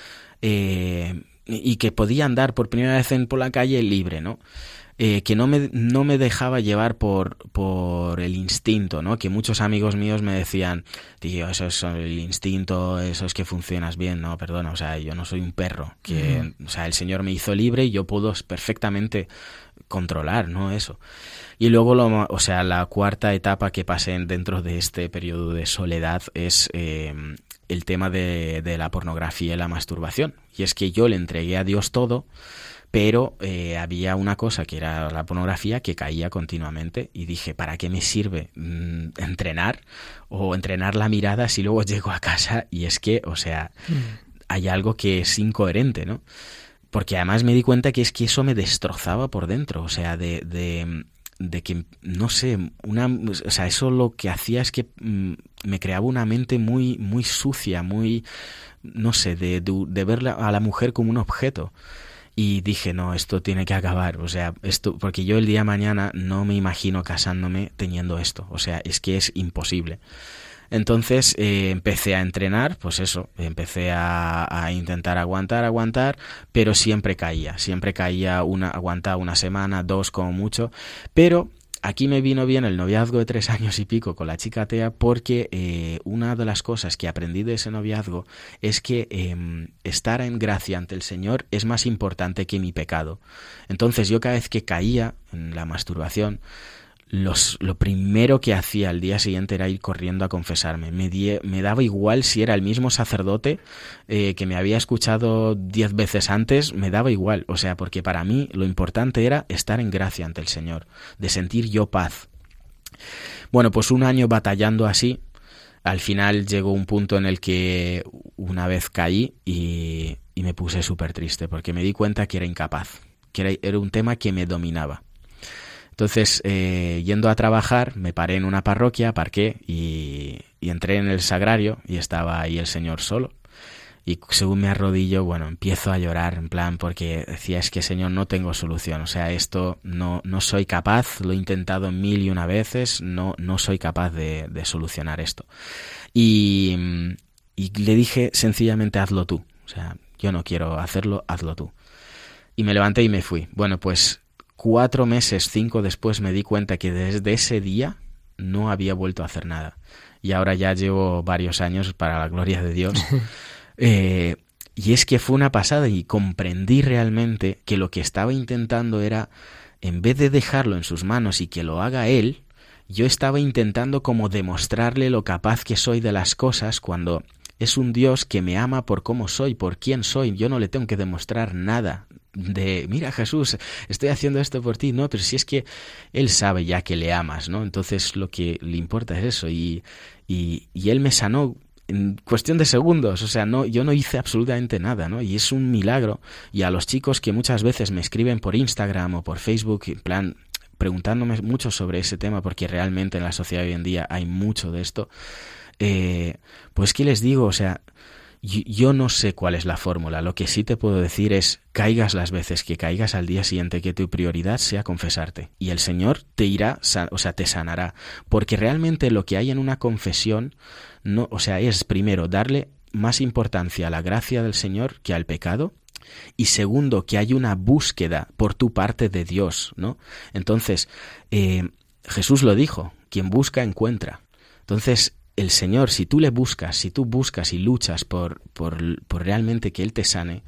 eh, y que podía andar por primera vez en, por la calle libre, ¿no? Eh, que no me, no me dejaba llevar por, por el instinto, ¿no? Que muchos amigos míos me decían, tío, eso es el instinto, eso es que funcionas bien. No, perdona, o sea, yo no soy un perro. Que, mm. O sea, el Señor me hizo libre y yo puedo perfectamente controlar, ¿no? Eso. Y luego, lo, o sea, la cuarta etapa que pasé dentro de este periodo de soledad es eh, el tema de, de la pornografía y la masturbación. Y es que yo le entregué a Dios todo, pero eh, había una cosa que era la pornografía que caía continuamente y dije, ¿para qué me sirve mm, entrenar o entrenar la mirada si luego llego a casa y es que, o sea, mm. hay algo que es incoherente, ¿no? Porque además me di cuenta que es que eso me destrozaba por dentro, o sea, de, de, de que, no sé, una, o sea, eso lo que hacía es que mm, me creaba una mente muy, muy sucia, muy, no sé, de, de, de ver a la mujer como un objeto. Y dije, no, esto tiene que acabar, o sea, esto, porque yo el día de mañana no me imagino casándome teniendo esto, o sea, es que es imposible. Entonces eh, empecé a entrenar, pues eso, empecé a, a intentar aguantar, aguantar, pero siempre caía, siempre caía, una, aguantaba una semana, dos como mucho, pero aquí me vino bien el noviazgo de tres años y pico con la chica Tea porque eh, una de las cosas que aprendí de ese noviazgo es que eh, estar en gracia ante el Señor es más importante que mi pecado. Entonces yo cada vez que caía en la masturbación, Los, lo primero que hacía al día siguiente era ir corriendo a confesarme. Me, die, me daba igual si era el mismo sacerdote eh, que me había escuchado diez veces antes, me daba igual. O sea, porque para mí lo importante era estar en gracia ante el Señor, de sentir yo paz. Bueno, pues un año batallando así, al final llegó un punto en el que una vez caí y, y me puse súper triste, porque me di cuenta que era incapaz, que era, era un tema que me dominaba. Entonces, eh, yendo a trabajar, me paré en una parroquia, aparqué y, y entré en el sagrario y estaba ahí el Señor solo. Y según me arrodillo, bueno, empiezo a llorar, en plan, porque decía, es que Señor, no tengo solución. O sea, esto no, no soy capaz, lo he intentado mil y una veces, no, no soy capaz de, de solucionar esto. Y, y le dije sencillamente, hazlo tú. O sea, yo no quiero hacerlo, hazlo tú. Y me levanté y me fui. Bueno, pues cuatro meses, cinco después me di cuenta que desde ese día no había vuelto a hacer nada. Y ahora ya llevo varios años, para la gloria de Dios. eh, y es que fue una pasada y comprendí realmente que lo que estaba intentando era, en vez de dejarlo en sus manos y que lo haga Él, yo estaba intentando como demostrarle lo capaz que soy de las cosas cuando es un Dios que me ama por cómo soy, por quién soy. Yo no le tengo que demostrar nada de, mira Jesús, estoy haciendo esto por ti, no, pero si es que Él sabe ya que le amas, ¿no? Entonces lo que le importa es eso y, y, y Él me sanó en cuestión de segundos, o sea, no, yo no hice absolutamente nada, ¿no? Y es un milagro. Y a los chicos que muchas veces me escriben por Instagram o por Facebook, en plan, preguntándome mucho sobre ese tema, porque realmente en la sociedad hoy en día hay mucho de esto, eh, pues ¿qué les digo? O sea, yo no sé cuál es la fórmula, lo que sí te puedo decir es, caigas las veces que caigas, al día siguiente que tu prioridad sea confesarte y el Señor te irá, o sea, te sanará, porque realmente lo que hay en una confesión, no, o sea, es primero darle más importancia a la gracia del Señor que al pecado, y segundo, que hay una búsqueda por tu parte de Dios, ¿no? Entonces, eh, Jesús lo dijo, quien busca encuentra. Entonces, el Señor, si tú le buscas, si tú buscas y luchas por, por, por realmente que Él te sane,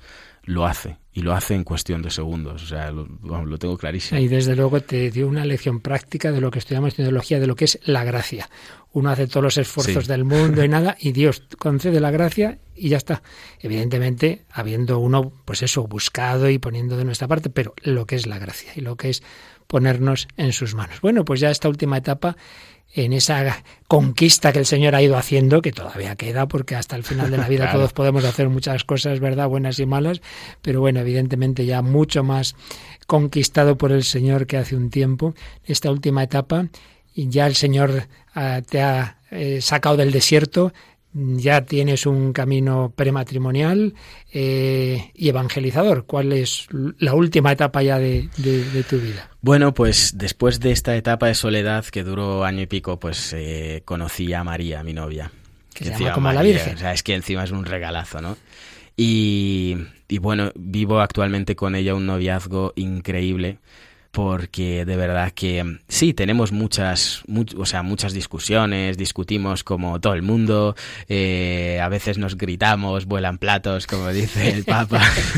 lo hace. Y lo hace en cuestión de segundos. O sea, lo, bueno, lo tengo clarísimo. Y desde luego te dio una lección práctica de lo que estudiamos en teología, de lo que es la gracia. Uno hace todos los esfuerzos sí. del mundo y nada, y Dios concede la gracia y ya está. Evidentemente, habiendo uno, pues eso, buscado y poniendo de nuestra parte, pero lo que es la gracia y lo que es ponernos en sus manos. Bueno, pues ya esta última etapa, en esa conquista que el Señor ha ido haciendo, que todavía queda, porque hasta el final de la vida claro. todos podemos hacer muchas cosas, ¿verdad?, buenas y malas, pero bueno, evidentemente ya mucho más conquistado por el Señor que hace un tiempo. Esta última etapa, y ya el Señor uh, te ha eh, sacado del desierto, ya tienes un camino prematrimonial eh, y evangelizador. ¿Cuál es la última etapa ya de, de, de tu vida? Bueno, pues después de esta etapa de soledad que duró año y pico, pues eh, conocí a María, mi novia. Que se llama como María, la Virgen. O sea, es que encima es un regalazo, ¿no? Y, y bueno, vivo actualmente con ella un noviazgo increíble. Porque de verdad que sí, tenemos muchas, much, o sea, muchas discusiones, discutimos como todo el mundo, eh, a veces nos gritamos, vuelan platos, como dice el Papa.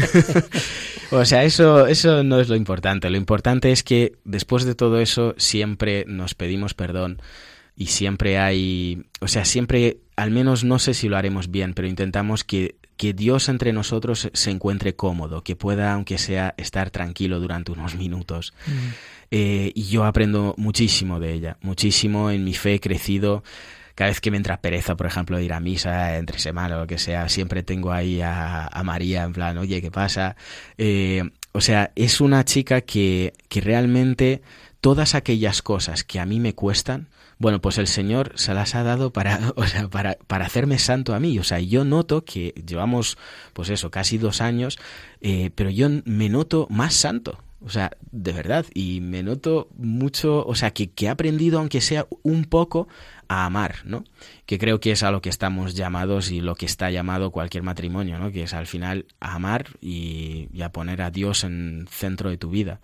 O sea, eso, eso no es lo importante. Lo importante es que después de todo eso siempre nos pedimos perdón y siempre hay, o sea, siempre, al menos no sé si lo haremos bien, pero intentamos que que Dios entre nosotros se encuentre cómodo, que pueda, aunque sea, estar tranquilo durante unos minutos. Mm. Eh, y yo aprendo muchísimo de ella, muchísimo en mi fe he crecido. Cada vez que me entra pereza, por ejemplo, de ir a misa entre semana o lo que sea, siempre tengo ahí a, a María en plan, oye, ¿qué pasa? Eh, o sea, es una chica que, que realmente todas aquellas cosas que a mí me cuestan, bueno, pues el Señor se las ha dado para, o sea, para, para hacerme santo a mí. O sea, yo noto que llevamos, pues eso, casi dos años, eh, pero yo me noto más santo. O sea, de verdad, y me noto mucho, o sea, que, que he aprendido, aunque sea un poco, a amar, ¿no? Que creo que es a lo que estamos llamados y lo que está llamado cualquier matrimonio, ¿no? Que es al final a amar y, y a poner a Dios en centro de tu vida.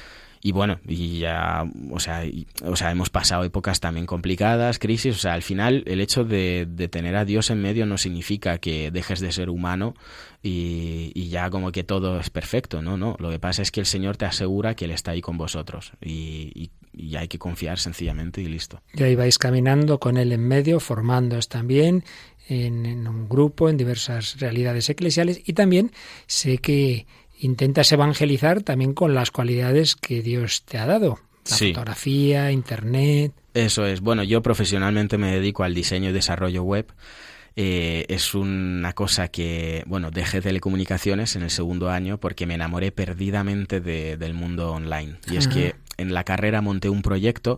Y bueno, y ya, o sea, y, o sea, hemos pasado épocas también complicadas, crisis, o sea, al final el hecho de, de tener a Dios en medio no significa que dejes de ser humano y, y ya como que todo es perfecto, ¿no? No, lo que pasa es que el Señor te asegura que Él está ahí con vosotros y, y, y hay que confiar sencillamente y listo. Y ahí vais caminando con Él en medio, formándoos también en, en un grupo, en diversas realidades eclesiales, y también sé que intentas evangelizar también con las cualidades que Dios te ha dado. La sí. fotografía, internet. Eso es. Bueno, yo profesionalmente me dedico al diseño y desarrollo web. Eh, es una cosa que, bueno, dejé telecomunicaciones en el segundo año porque me enamoré perdidamente de, del mundo online. Y ah. es que en la carrera monté un proyecto,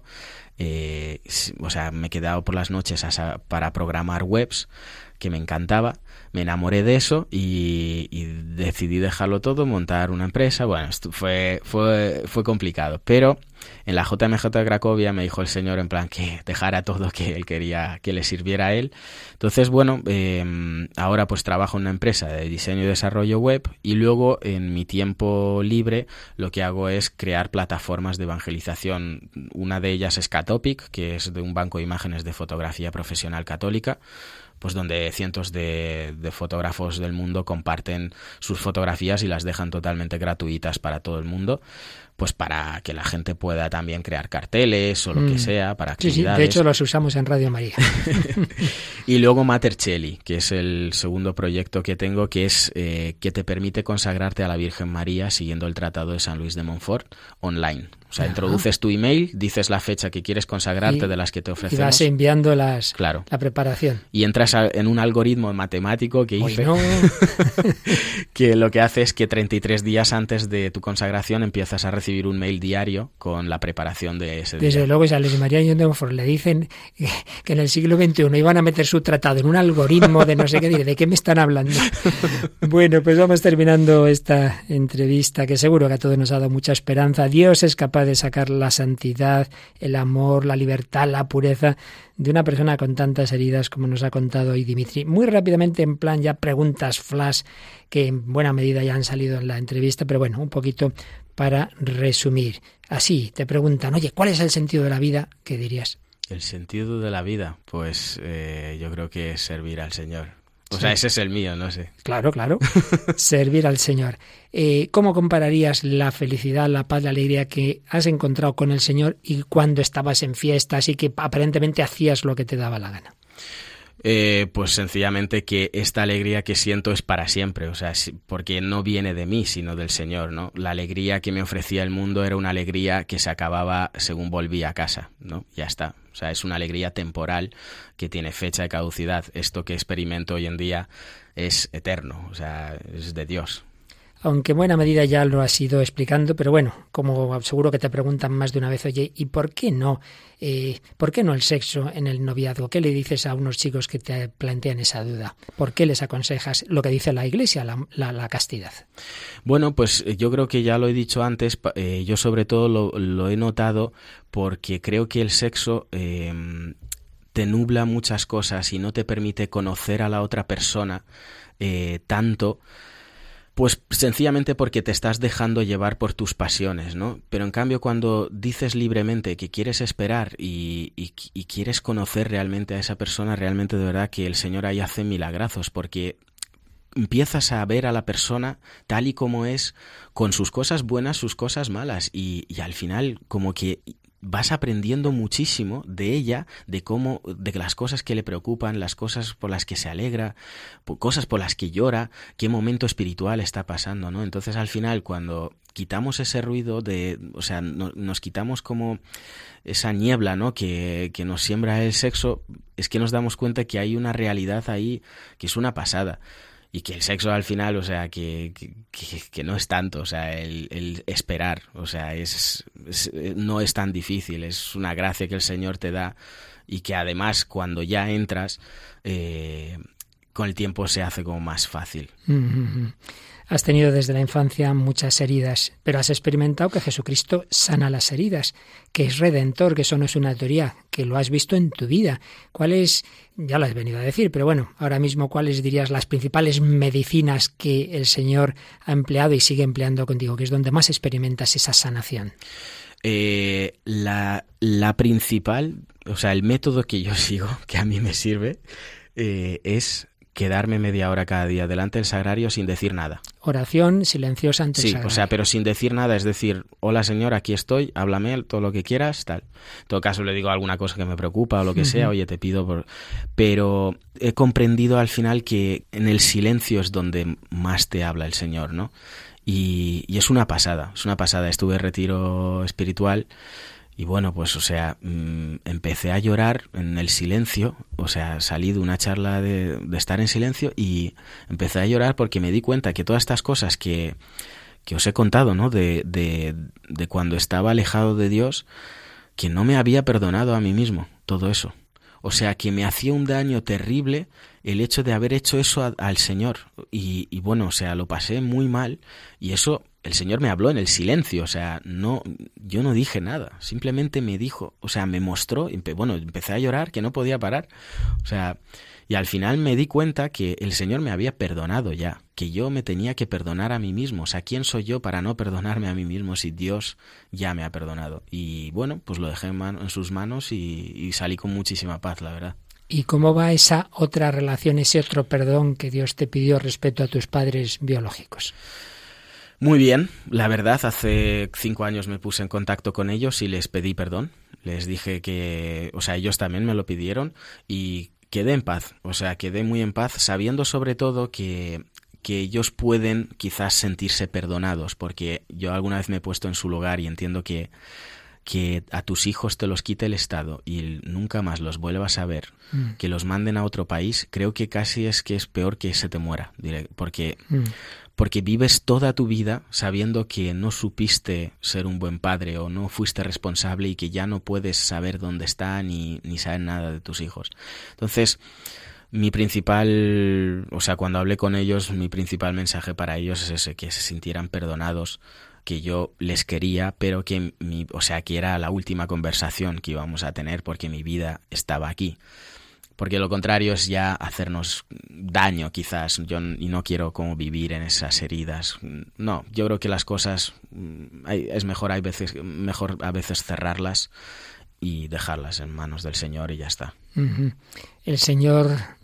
eh, o sea, me he quedado por las noches a, para programar webs, que me encantaba, me enamoré de eso y, y decidí dejarlo todo, montar una empresa. Bueno, esto fue, fue, fue complicado, pero en la J M J de Cracovia me dijo el Señor en plan que dejara todo, que él quería que le sirviera a él. Entonces, bueno, eh, ahora pues trabajo en una empresa de diseño y desarrollo web y luego en mi tiempo libre lo que hago es crear plataformas de evangelización. Una de ellas es Catopic, que es de un banco de imágenes de fotografía profesional católica, pues donde cientos de, de fotógrafos del mundo comparten sus fotografías y las dejan totalmente gratuitas para todo el mundo, pues para que la gente pueda también crear carteles o lo mm. que sea, para actividades. Sí, sí, de hecho los usamos en Radio María. Y luego Matercheli, que es el segundo proyecto que tengo, que es eh, que te permite consagrarte a la Virgen María siguiendo el Tratado de San Luis de Montfort online. O sea, Ajá. introduces tu email, dices la fecha que quieres consagrarte y, de las que te ofrecemos. Y vas enviando las, claro. la preparación. Y entras a, en un algoritmo matemático que hice, no. que lo que hace es que treinta y tres días antes de tu consagración empiezas a recibir un mail diario con la preparación de ese día. Desde luego, si a Luis María de Montfort le dicen que en el siglo veintiuno iban a meter su tratado en un algoritmo de no sé qué, ¿de qué me están hablando? Bueno, pues vamos terminando esta entrevista, que seguro que a todos nos ha dado mucha esperanza. Dios es capaz de sacar la santidad, el amor, la libertad, la pureza de una persona con tantas heridas como nos ha contado hoy Dimitri. Muy rápidamente, en plan ya preguntas flash que en buena medida ya han salido en la entrevista, pero bueno, un poquito para resumir. Así, te preguntan, oye, ¿cuál es el sentido de la vida? ¿Qué dirías? El sentido de la vida, pues eh, yo creo que es servir al Señor. O Sí. sea, ese es el mío, no sé. Claro, claro. Servir al Señor. Eh, ¿Cómo compararías la felicidad, la paz, la alegría que has encontrado con el Señor y cuando estabas en fiestas y que aparentemente hacías lo que te daba la gana? Eh, pues sencillamente que esta alegría que siento es para siempre, o sea, porque no viene de mí, sino del Señor, ¿no? La alegría que me ofrecía el mundo era una alegría que se acababa según volví a casa, ¿no? Ya está. O sea, es una alegría temporal que tiene fecha de caducidad. Esto que experimento hoy en día es eterno, o sea, es de Dios. Aunque en buena medida ya lo has ido explicando, pero bueno, como seguro que te preguntan más de una vez, oye, ¿y por qué no? Eh, ¿Por qué no el sexo en el noviazgo? ¿Qué le dices a unos chicos que te plantean esa duda? ¿Por qué les aconsejas lo que dice la Iglesia, la, la, la castidad? Bueno, pues yo creo que ya lo he dicho antes, eh, yo sobre todo lo, lo he notado porque creo que el sexo eh, te nubla muchas cosas y no te permite conocer a la otra persona eh, tanto. Pues sencillamente porque te estás dejando llevar por tus pasiones, ¿no? Pero en cambio cuando dices libremente que quieres esperar y, y, y quieres conocer realmente a esa persona, realmente de verdad que el Señor ahí hace milagrazos, porque empiezas a ver a la persona tal y como es, con sus cosas buenas, sus cosas malas, y, y al final como que vas aprendiendo muchísimo de ella, de cómo, de las cosas que le preocupan, las cosas por las que se alegra, cosas por las que llora, qué momento espiritual está pasando, ¿no? Entonces al final cuando quitamos ese ruido de, o sea, no, nos quitamos como esa niebla, ¿no? Que, que nos siembra el sexo, es que nos damos cuenta que hay una realidad ahí que es una pasada. Y que el sexo al final, o sea, que, que, que no es tanto, o sea, el, el esperar, o sea, es, es no es tan difícil, es una gracia que el Señor te da y que además cuando ya entras, eh, con el tiempo se hace como más fácil. Mm-hmm. Has tenido desde la infancia muchas heridas, pero has experimentado que Jesucristo sana las heridas, que es redentor, que eso no es una teoría, que lo has visto en tu vida. ¿Cuáles, ya lo has venido a decir, pero bueno, ahora mismo cuáles dirías las principales medicinas que el Señor ha empleado y sigue empleando contigo, que es donde más experimentas esa sanación? Eh, la, la principal, o sea, el método que yo sigo, que a mí me sirve, eh, es quedarme media hora cada día delante del sagrario sin decir nada. Oración silenciosa ante sí, el sagrario. O sea, pero sin decir nada, es decir, hola Señor, aquí estoy, háblame todo lo que quieras, tal. En todo caso le digo alguna cosa que me preocupa o lo que uh-huh. sea, oye, te pido por... Pero he comprendido al final que en el silencio es donde más te habla el Señor, ¿no? Y, y es una pasada, es una pasada. Estuve en retiro espiritual y bueno, pues o sea, mmm, empecé a llorar en el silencio, o sea, salí de una charla de, de estar en silencio y empecé a llorar porque me di cuenta que todas estas cosas que, que os he contado, ¿no? De, de, de cuando estaba alejado de Dios, que no me había perdonado a mí mismo, todo eso. O sea, que me hacía un daño terrible el hecho de haber hecho eso a, al Señor. Y, y bueno, o sea, lo pasé muy mal y eso... El Señor me habló en el silencio, o sea, no, yo no dije nada, simplemente me dijo, o sea, me mostró, empe, bueno, empecé a llorar, que no podía parar, o sea, y al final me di cuenta que el Señor me había perdonado ya, que yo me tenía que perdonar a mí mismo, o sea, ¿quién soy yo para no perdonarme a mí mismo si Dios ya me ha perdonado? Y bueno, pues lo dejé en, mano, en sus manos y, y salí con muchísima paz, la verdad. ¿Y cómo va esa otra relación, ese otro perdón que Dios te pidió respecto a tus padres biológicos? Muy bien, la verdad, hace cinco años me puse en contacto con ellos y les pedí perdón. Les dije que, o sea, ellos también me lo pidieron y quedé en paz, o sea, quedé muy en paz, sabiendo sobre todo que, que ellos pueden quizás sentirse perdonados, porque yo alguna vez me he puesto en su lugar y entiendo que, que a tus hijos te los quite el Estado y nunca más los vuelvas a ver, mm. que los manden a otro país, creo que casi es que es peor que se te muera, porque... Mm. Porque vives toda tu vida sabiendo que no supiste ser un buen padre o no fuiste responsable y que ya no puedes saber dónde están ni, ni saber nada de tus hijos. Entonces, mi principal, o sea, cuando hablé con ellos, mi principal mensaje para ellos es ese, que se sintieran perdonados, que yo les quería, pero que mi, o sea, que era la última conversación que íbamos a tener porque mi vida estaba aquí. Porque lo contrario es ya hacernos daño, quizás. Yo y no quiero como vivir en esas heridas. No, yo creo que las cosas hay, es mejor hay veces mejor a veces cerrarlas y dejarlas en manos del Señor y ya está. Uh-huh. El Señor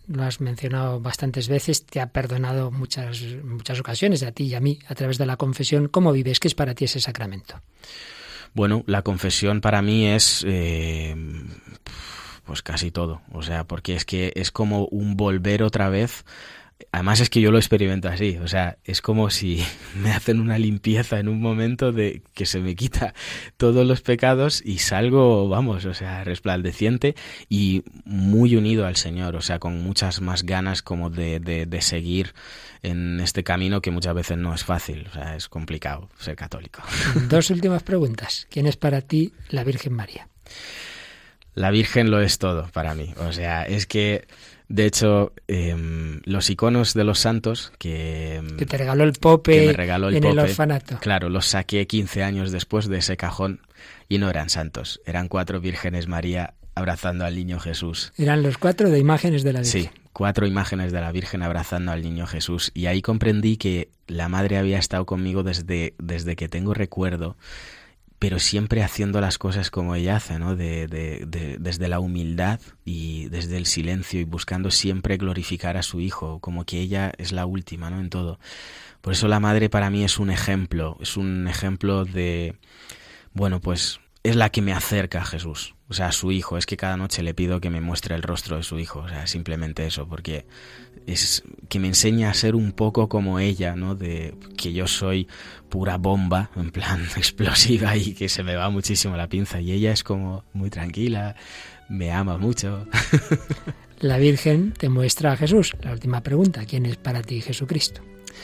lo has mencionado bastantes veces, te ha perdonado muchas, muchas ocasiones, a ti y a mí, a través de la confesión. ¿Cómo vives? ¿Qué es para ti ese sacramento? Bueno, la confesión para mí es eh, pues casi todo, o sea, porque es que es como un volver otra vez. Además es que yo lo experimento así, o sea, es como si me hacen una limpieza en un momento de que se me quita todos los pecados y salgo, vamos, o sea, resplandeciente y muy unido al Señor, o sea, con muchas más ganas como de, de, de seguir en este camino que muchas veces no es fácil, o sea, es complicado ser católico. Dos últimas preguntas. ¿Quién es para ti la Virgen María? La Virgen lo es todo para mí, o sea, es que... De hecho, eh, los iconos de los santos que... Que te regaló el Pope que me regaló el en Pope, el orfanato. Claro, los saqué quince años después de ese cajón y no eran santos. Eran cuatro vírgenes María abrazando al niño Jesús. Eran los cuatro de imágenes de la Virgen. Sí, cuatro imágenes de la Virgen abrazando al niño Jesús. Y ahí comprendí que la Madre había estado conmigo desde, desde que tengo recuerdo, pero siempre haciendo las cosas como ella hace, ¿no? De, de, de, desde la humildad y desde el silencio y buscando siempre glorificar a su Hijo, como que ella es la última, ¿no? En todo. Por eso la Madre para mí es un ejemplo, es un ejemplo de, bueno, pues es la que me acerca a Jesús, o sea, a su Hijo. Es que cada noche le pido que me muestre el rostro de su Hijo, o sea, simplemente eso, porque es que me enseña a ser un poco como ella, ¿no? De que yo soy pura bomba, en plan explosiva y que se me va muchísimo la pinza, y ella es como muy tranquila, me ama mucho. La Virgen te muestra a Jesús. La última pregunta, ¿quién es para ti Jesucristo?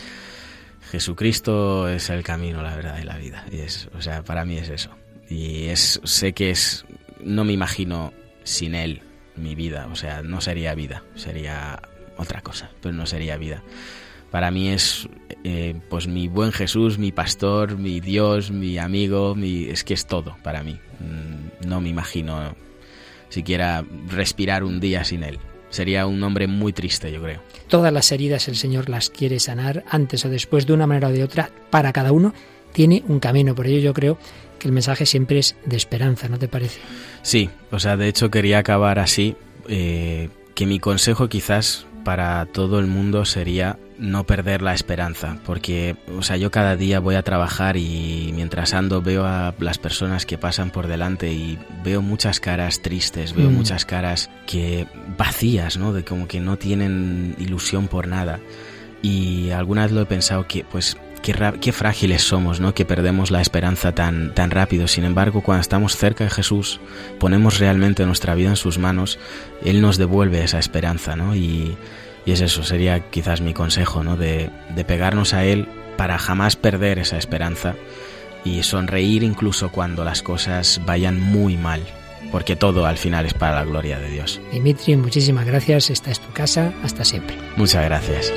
Jesucristo es el camino, la verdad y la vida, y es, o sea, para mí es eso. Y es, sé que es, no me imagino sin él mi vida, o sea, no sería vida, sería otra cosa, pero no sería vida. Para mí es eh, pues mi buen Jesús, mi pastor, mi Dios, mi amigo, mi, es que es todo para mí. No me imagino siquiera respirar un día sin él. Sería un hombre muy triste, yo creo. Todas las heridas el Señor las quiere sanar antes o después, de una manera o de otra. Para cada uno tiene un camino. Por ello yo creo que el mensaje siempre es de esperanza, ¿no te parece? Sí, o sea, de hecho quería acabar así, eh, que mi consejo quizás para todo el mundo sería no perder la esperanza, porque, o sea, yo cada día voy a trabajar y mientras ando veo a las personas que pasan por delante y veo muchas caras tristes, veo mm. muchas caras que vacías, ¿no? De como que no tienen ilusión por nada. Y alguna vez lo he pensado que, pues, qué, ra- qué frágiles somos, ¿no? Que perdemos la esperanza tan, tan rápido. Sin embargo, cuando estamos cerca de Jesús, ponemos realmente nuestra vida en sus manos, Él nos devuelve esa esperanza, ¿no? Y, y es eso, sería quizás mi consejo, ¿no? De, de pegarnos a Él para jamás perder esa esperanza y sonreír incluso cuando las cosas vayan muy mal, porque todo al final es para la gloria de Dios. Dimitri, muchísimas gracias. Esta es tu casa. Hasta siempre. Muchas gracias.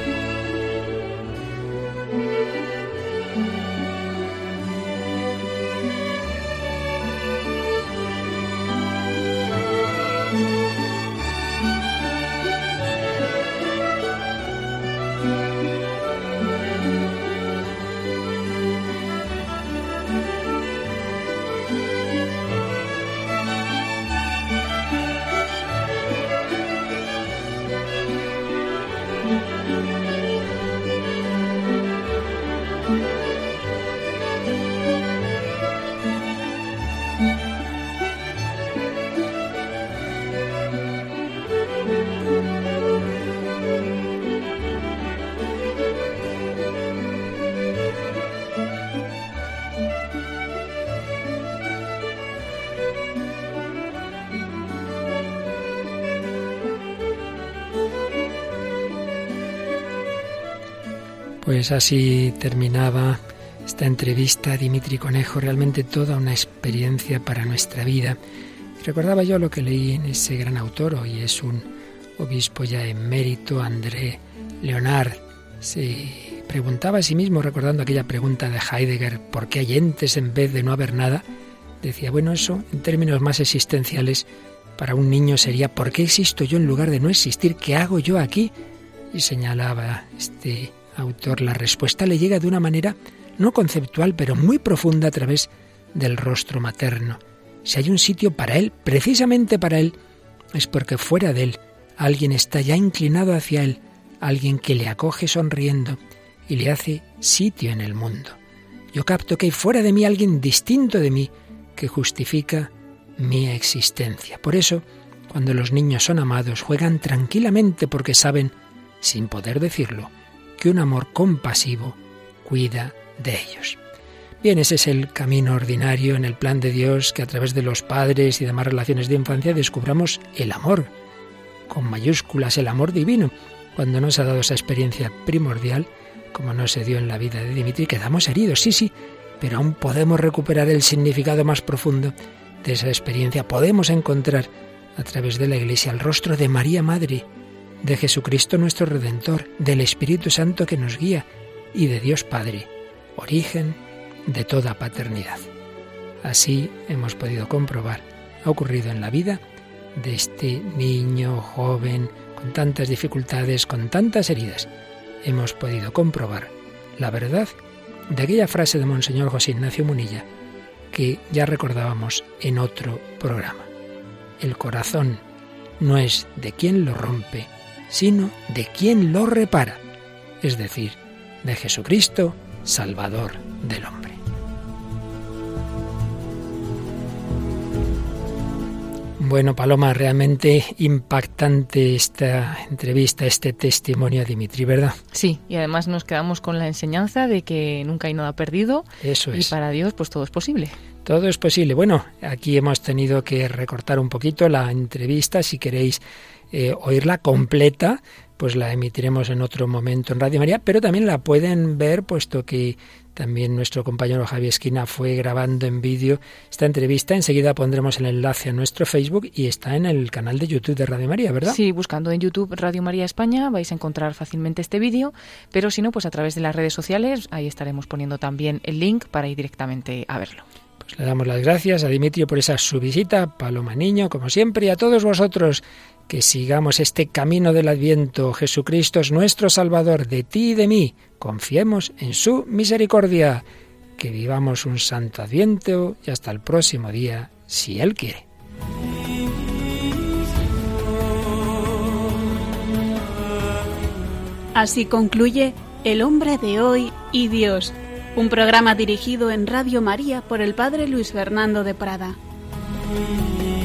Pues así terminaba esta entrevista a Dimitri Conejo, realmente toda una experiencia para nuestra vida. Y recordaba yo lo que leí en ese gran autor, hoy es un obispo ya emérito, André Leonard. Se preguntaba a sí mismo, recordando aquella pregunta de Heidegger, ¿por qué hay entes en vez de no haber nada? Decía, bueno, eso en términos más existenciales para un niño sería, ¿por qué existo yo en lugar de no existir? ¿Qué hago yo aquí? Y señalaba este autor, la respuesta le llega de una manera no conceptual, pero muy profunda a través del rostro materno. Si hay un sitio para él, precisamente para él, es porque fuera de él Alguien está ya inclinado hacia él, alguien que le acoge sonriendo y le hace sitio en el mundo. Yo capto que hay fuera de mí alguien distinto de mí que justifica mi existencia. Por eso, cuando los niños son amados, juegan tranquilamente porque saben, sin poder decirlo, que un amor compasivo cuida de ellos. Bien, ese es el camino ordinario en el plan de Dios, que a través de los padres y demás relaciones de infancia descubramos el amor, con mayúsculas, el amor divino. Cuando nos ha dado esa experiencia primordial, como no se dio en la vida de Dimitri, quedamos heridos, sí, sí, pero aún podemos recuperar el significado más profundo de esa experiencia. Podemos encontrar a través de la Iglesia el rostro de María Madre, de Jesucristo nuestro Redentor, del Espíritu Santo que nos guía y de Dios Padre, origen de toda paternidad. Así hemos podido comprobar, ha ocurrido en la vida de este niño joven con tantas dificultades, con tantas heridas. Hemos podido comprobar la verdad de aquella frase de Monseñor José Ignacio Munilla que ya recordábamos en otro programa. El corazón no es de quien lo rompe, sino de quien lo repara, es decir, de Jesucristo, Salvador del hombre. Bueno, Paloma, realmente impactante esta entrevista, este testimonio a Dimitri, ¿verdad? Sí, y además nos quedamos con la enseñanza de que nunca hay nada perdido. Eso es. Y para Dios, pues todo es posible. Todo es posible. Bueno, aquí hemos tenido que recortar un poquito la entrevista. Si queréis eh, oírla completa, pues la emitiremos en otro momento en Radio María, pero también la pueden ver, puesto que también nuestro compañero Javier Esquina fue grabando en vídeo esta entrevista. Enseguida pondremos el enlace a nuestro Facebook y está en el canal de YouTube de Radio María, ¿verdad? Sí, buscando en YouTube Radio María España vais a encontrar fácilmente este vídeo, pero si no, pues a través de las redes sociales, ahí estaremos poniendo también el link para ir directamente a verlo. Pues le damos las gracias a Dimitri por esa su visita, Paloma Niño, como siempre, y a todos vosotros que sigamos este camino del Adviento. Jesucristo es nuestro Salvador, de ti y de mí. Confiemos en su misericordia. Que vivamos un santo Adviento y hasta el próximo día, si Él quiere. Así concluye El hombre de hoy y Dios, un programa dirigido en Radio María por el Padre Luis Fernando de Prada.